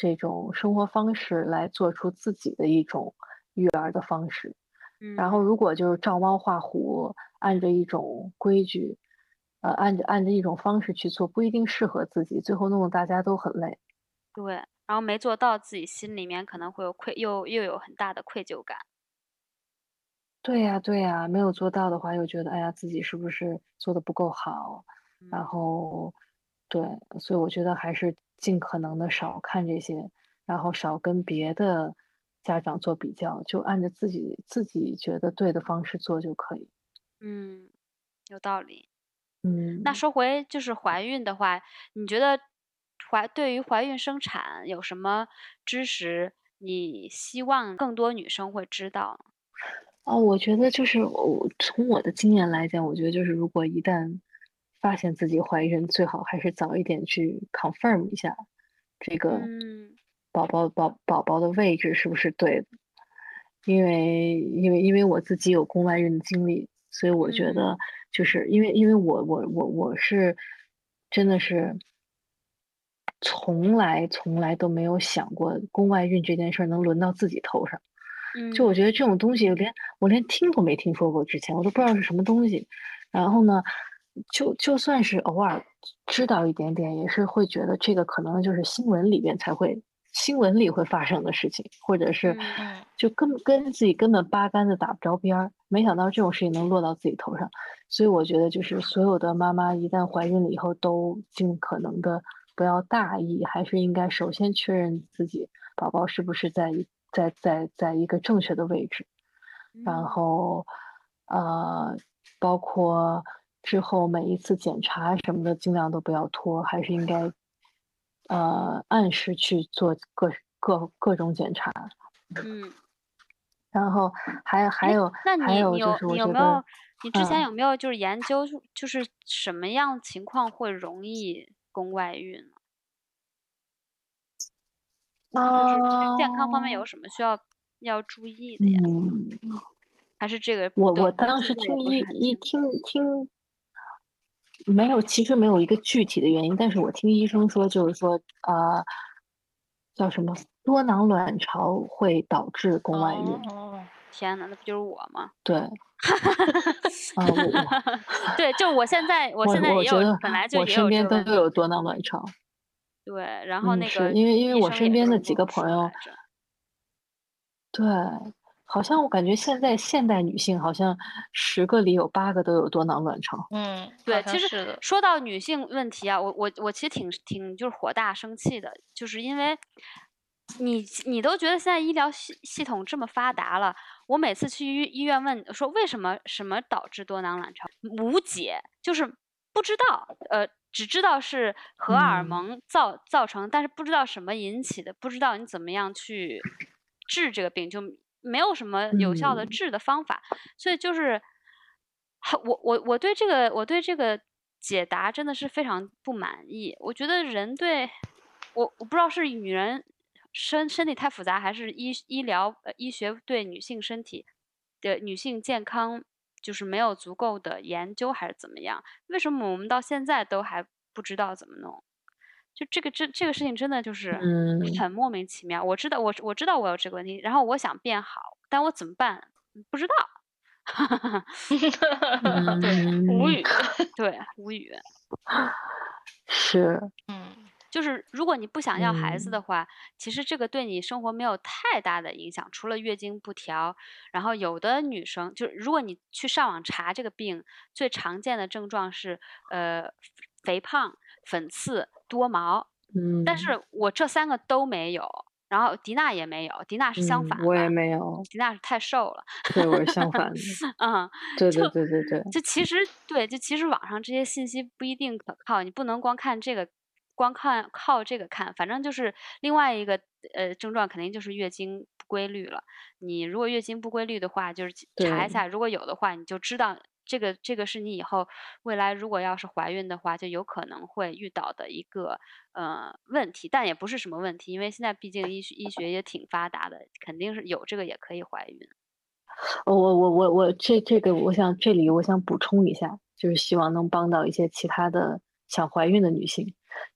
这种生活方式来做出自己的一种育儿的方式。然后嗯如果就是照猫画虎，按着一种规矩，呃，按着按着一种方式去做，不一定适合自己，最后弄得大家都很累。 对，然后没做到，自己心里面可能会有愧，又又有很大的愧疚感。 对呀，对呀，没有做到的话，又觉得哎呀，自己是不是做的不够好？然嗯后，对，所以我觉得还是尽可能的少看这些，然后少跟别的家长做比较，就按照自己自己觉得对的方式做就可以。 嗯，有道理。那嗯。 说回就是怀孕的话，你觉得怀对于怀孕生产有什么知识，你希望更多女生会知道呢？ 哦，我觉得就是我从我的经验来讲，我觉得就是如果一旦发现自己怀孕，最好还是早一点去 confirm 一下这个嗯宝宝宝宝宝的位置是不是对的。因为因为因为我自己有宫外孕的经历，所以我觉得嗯就是因为因为我我我我是真的是从来从来都没有想过宫外孕这件事儿能轮到自己头上。就我嗯觉得这种东西连我连听都没听说过，之前我都不知道是什么东西。然后呢，就就算是偶尔知道一点点，也是会觉得这个可能就是新闻里边才会新闻里会发生的事情，或者是嗯嗯就根本跟自己根本八竿子打不着边儿。没想到这种事情能落到自己头上，所以我觉得就是所有的妈妈一旦怀孕了以后，都尽可能的不要大意，还是应该首先确认自己宝宝是不是在一在在在一个正确的位置。然嗯后，呃，包括之后每一次检查什么的，尽量都不要拖，还是应该，呃，按时去做各各各种检查。 嗯。 然后还还诶， 有那还有就你你有是我觉得， 你有没有你之前嗯， 有没有就是研究就是什么样情况会容易宫外孕呢？就是这健康方面有啊， 什么需要要注意的呀？ 嗯， 还是这个我我都当时记得也不是听医很清楚？ 医听听没有，其实没有一个具体的原因，但是我听医生说，就是说，呃，叫什么多囊卵巢会导致宫外孕。 哦， 天呐，那不就是我吗？ 对，啊、我我对，就我现在我我现在也有我觉得本来就我也有这个身边都问题。 有多囊卵巢。 对，然后嗯， 那个是因为因为医我生也这么身边的几跟我说个朋友， 来着。 对，好像我感觉现在现代女性好像十个里有八个都有多囊卵巢。 嗯，好对，其实像是的。 说到女性问题啊，我我我其实挺挺就是火大生气的，就是因为你你都觉得现在医疗系系统这么发达了，我每次去医医院问说为什么什么导致多囊卵巢，无解，就是不知道，呃，只知道是荷尔嗯蒙造造成，但是不知道什么引起的，不知道你怎么样去治这个病，就没有什么有效的嗯治的方法。所以就是我我我对这个我对这个解答真的是非常不满意。我觉得人对我我不知道是女人身身体太复杂，还是医医疗呃医学对女性身体的女性健康就是没有足够的研究，还是怎么样？为什么我们到现在都还不知道怎么弄？就这个这这个事情真的就是嗯很莫名其妙。我知道我我知道我有这个问题，然后我想变好，但我怎么办？不知道。对无嗯， 语。 对，无语。 是， 嗯就是如果你不想要孩子的嗯话，其实这个对你生活没有太大的影响，除了月经不调。然后有的女生就是如果你去上网查这个病，最常见的症状是呃肥胖、粉刺、多毛。但嗯是我这三个都没有，然后迪娜也没有，迪娜是相嗯，我也反了， 没有， 迪娜是太瘦了。 对，我是相反的。 嗯，就对对对对对， 就其实对，就其实网上这些信息不一定可靠，你不能光看这个，光看靠这个看，反正就是另外一个呃症状肯定就是月经不规律了。你如果月经不规律的话，就是查一对， 下，如果有的话，你就知道这个这个是你以后未来如果要是怀孕的话，就有可能会遇到的一个呃问题，但也不是什么问题，因为现在毕竟医学医学也挺发达的，肯定是有这个也可以怀孕。 我我我我我这这个，我想这里我想补充一下，就是希望能帮到一些其他的想怀孕的女性，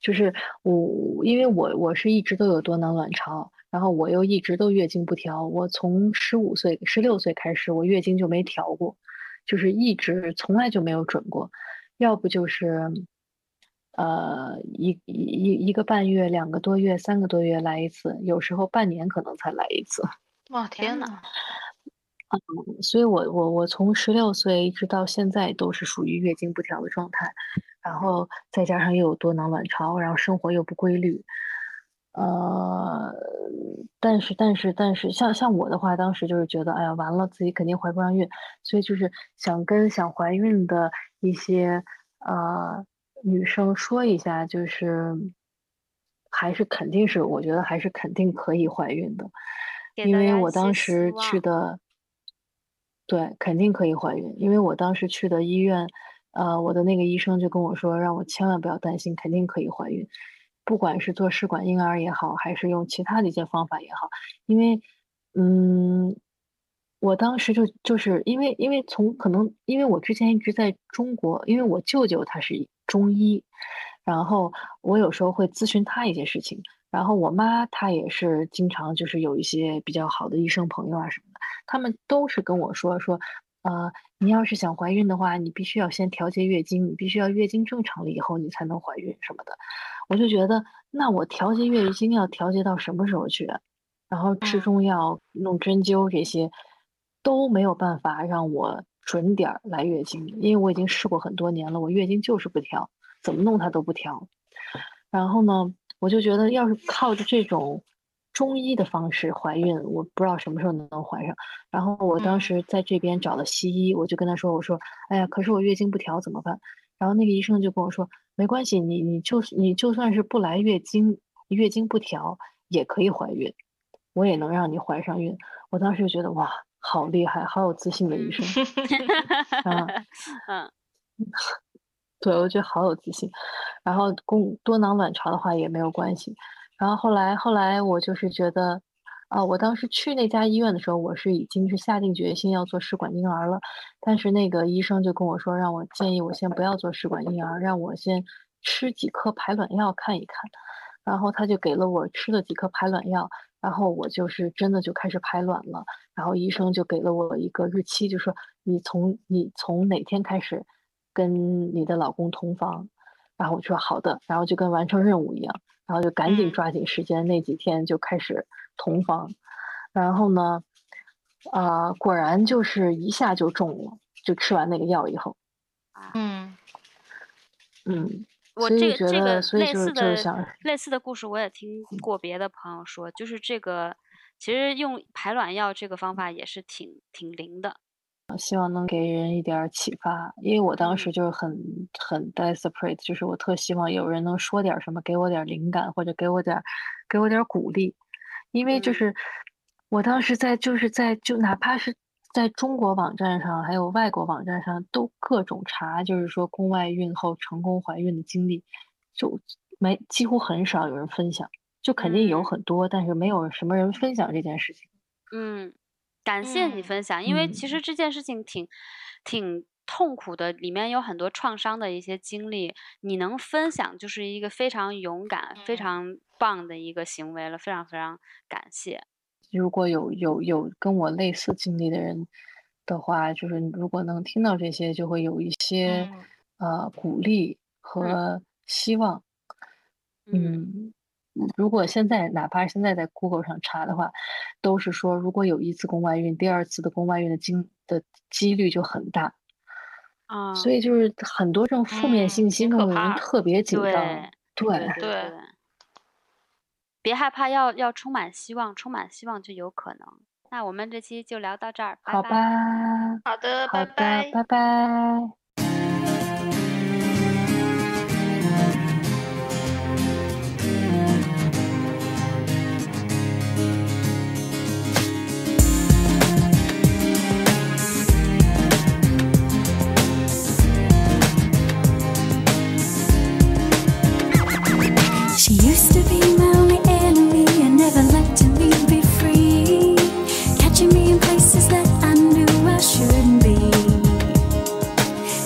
就是我，因为我我是一直都有多囊卵巢，然后我又一直都月经不调，我从十五岁、十六岁开始，我月经就没调过，就是一直从来就没有准过，要不就是呃一一一个半月、两个多月、三个多月来一次，有时候半年可能才来一次。 哇，天天呐， 呐， 嗯，所以我我我从十六岁一直到现在都是属于月经不调的状态，然后再加上又有多囊卵巢，然后生活又不规律，呃，但是但是但是像像我的话，当时就是觉得，哎呀，完了，自己肯定怀不上孕，所以就是想跟想怀孕的一些呃女生说一下，就是还是肯定是，我觉得还是肯定可以怀孕的， 给因为我大家一些希当时去望。 的。对，肯定可以怀孕，因为我当时去的医院，呃，我的那个医生就跟我说，让我千万不要担心，肯定可以怀孕，不管是做试管婴儿也好，还是用其他的一些方法也好，因为，嗯，我当时就就是因为因为从可能因为我之前一直在中国，因为我舅舅他是中医，然后我有时候会咨询他一些事情，然后我妈她也是经常就是有一些比较好的医生朋友啊什么的。他们都是跟我说说，呃，你要是想怀孕的话，你必须要先调节月经，你必须要月经正常了以后，你才能怀孕什么的。我就觉得，那我调节月经要调节到什么时候去啊？然后吃嗯中药、弄针灸这些都没有办法让我准点儿来月经，因为我已经试过很多年了，我月经就是不调，怎么弄它都不调。然后呢，我就觉得要是靠着这种中医的方式怀孕，我不知道什么时候能怀上。然后我当嗯时在这边找了西医，我就跟他说：“我说，哎呀，可是我月经不调怎么办？”然后那个医生就跟我说：“没关系，你你就是你就算是不来月经，月经不调也可以怀孕，我也能让你怀上孕。”我当时就觉得哇，好厉害，好有自信的医生。啊， 嗯对，我觉得好有自信。然后宫多囊卵巢的话也没有关系。然后后来后来我就是觉得，啊，我当时去那家医院的时候，我是已经是下定决心要做试管婴儿了，但是那个医生就跟我说，让我建议我先不要做试管婴儿，让我先吃几颗排卵药看一看。然后他就给了我吃了几颗排卵药，然后我就是真的就开始排卵了。然后医生就给了我一个日期，就说你从你从哪天开始跟你的老公同房。然后我说好的，然后就跟完成任务一样，然后就赶紧嗯抓紧时间，那几天就开始同房。然后呢，啊、果然就是一下就中了，就吃完那个药以后， 啊， 嗯嗯， 我所以这个这就觉得， 个类所以就是似的就是想， 类似的故事，我也听过别的朋友说，就是这个其实用排卵药这个方法也是挺挺灵的。 希望能给人一点儿启发，因为我当嗯时就是很很 desperate，就是我特希望有人能说点儿什么，给我点儿灵感，或者给我点儿给我点儿鼓励，因为就嗯是我当时在就是在就哪怕是在中国网站上，还有外国网站上，都各种查，就是说宫外孕后成功怀孕的经历，就没几乎很少有人分享，就肯定有嗯很多，但是没有什么人分享这件事情。 嗯，感谢你嗯分享，因为其嗯实这件事情挺挺痛苦的，里面有很多创伤的一些经历，你能分享就是一个非常勇敢、非嗯常棒的一个行为了，非常非常感谢。 如果有有有跟我类似经历的人的话，就是如果能听到这些，就会有一些嗯呃鼓励和希望。 嗯嗯，如果现在哪怕现在在 Google 上查的话，都是说如果有一次宫外孕，第二次的宫外孕的经的几率就很大。所啊， 以就是很多这种负面嗯， 信息挺可弄得人怕的。 特别紧对张。对， 对对对， 对，别害怕，要要充满希望，充满希望就有可能。那我们这期就聊到这儿，拜好拜。 吧， 好的，拜好的， 拜。 拜拜。 She used to be my only enemy and never letting me be free, catching me in places that I knew I shouldn't be.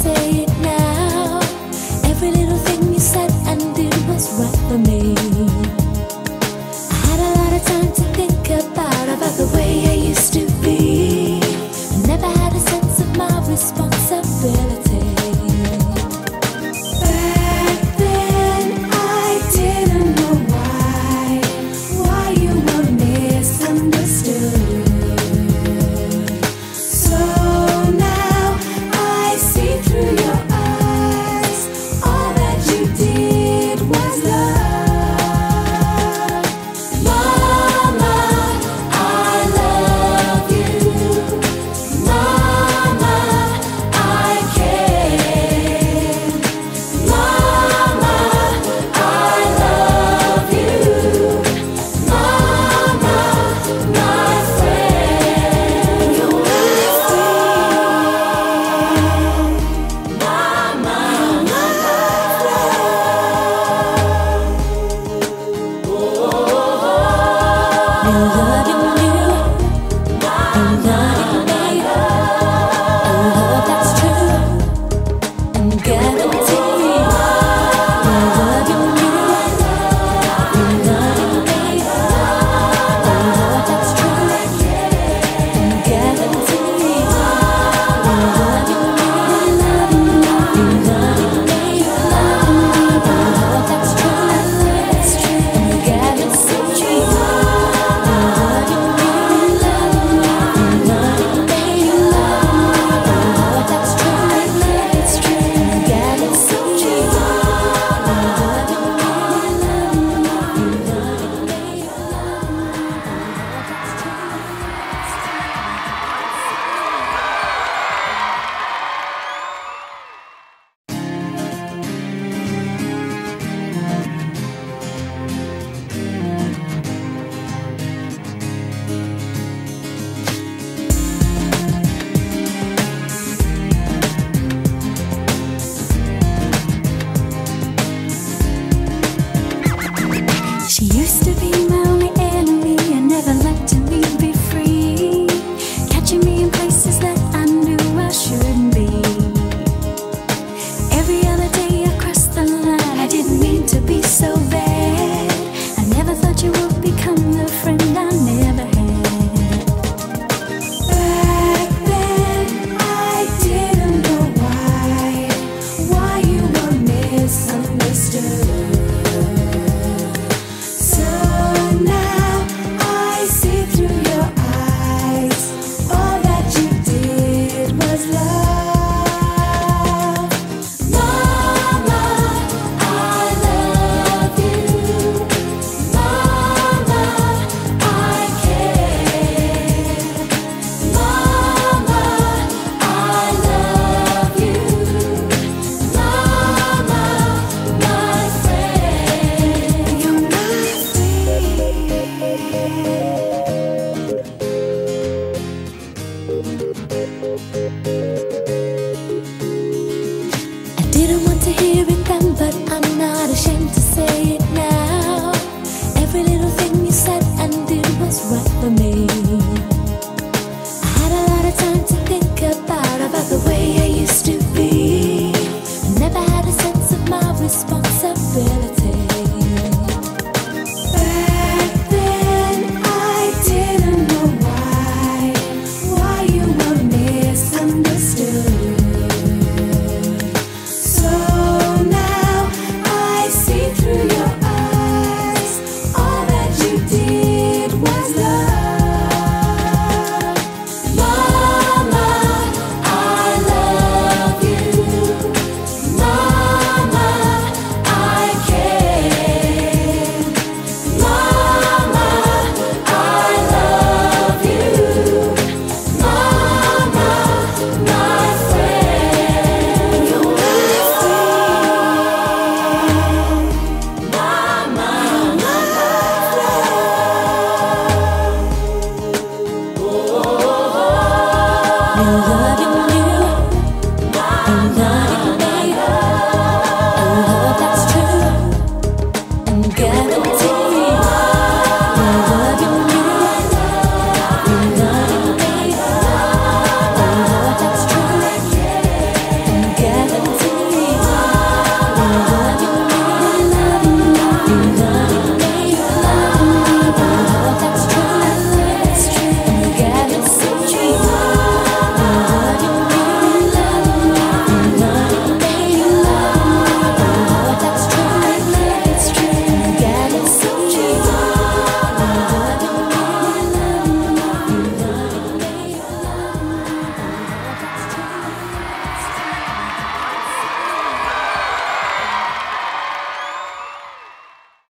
say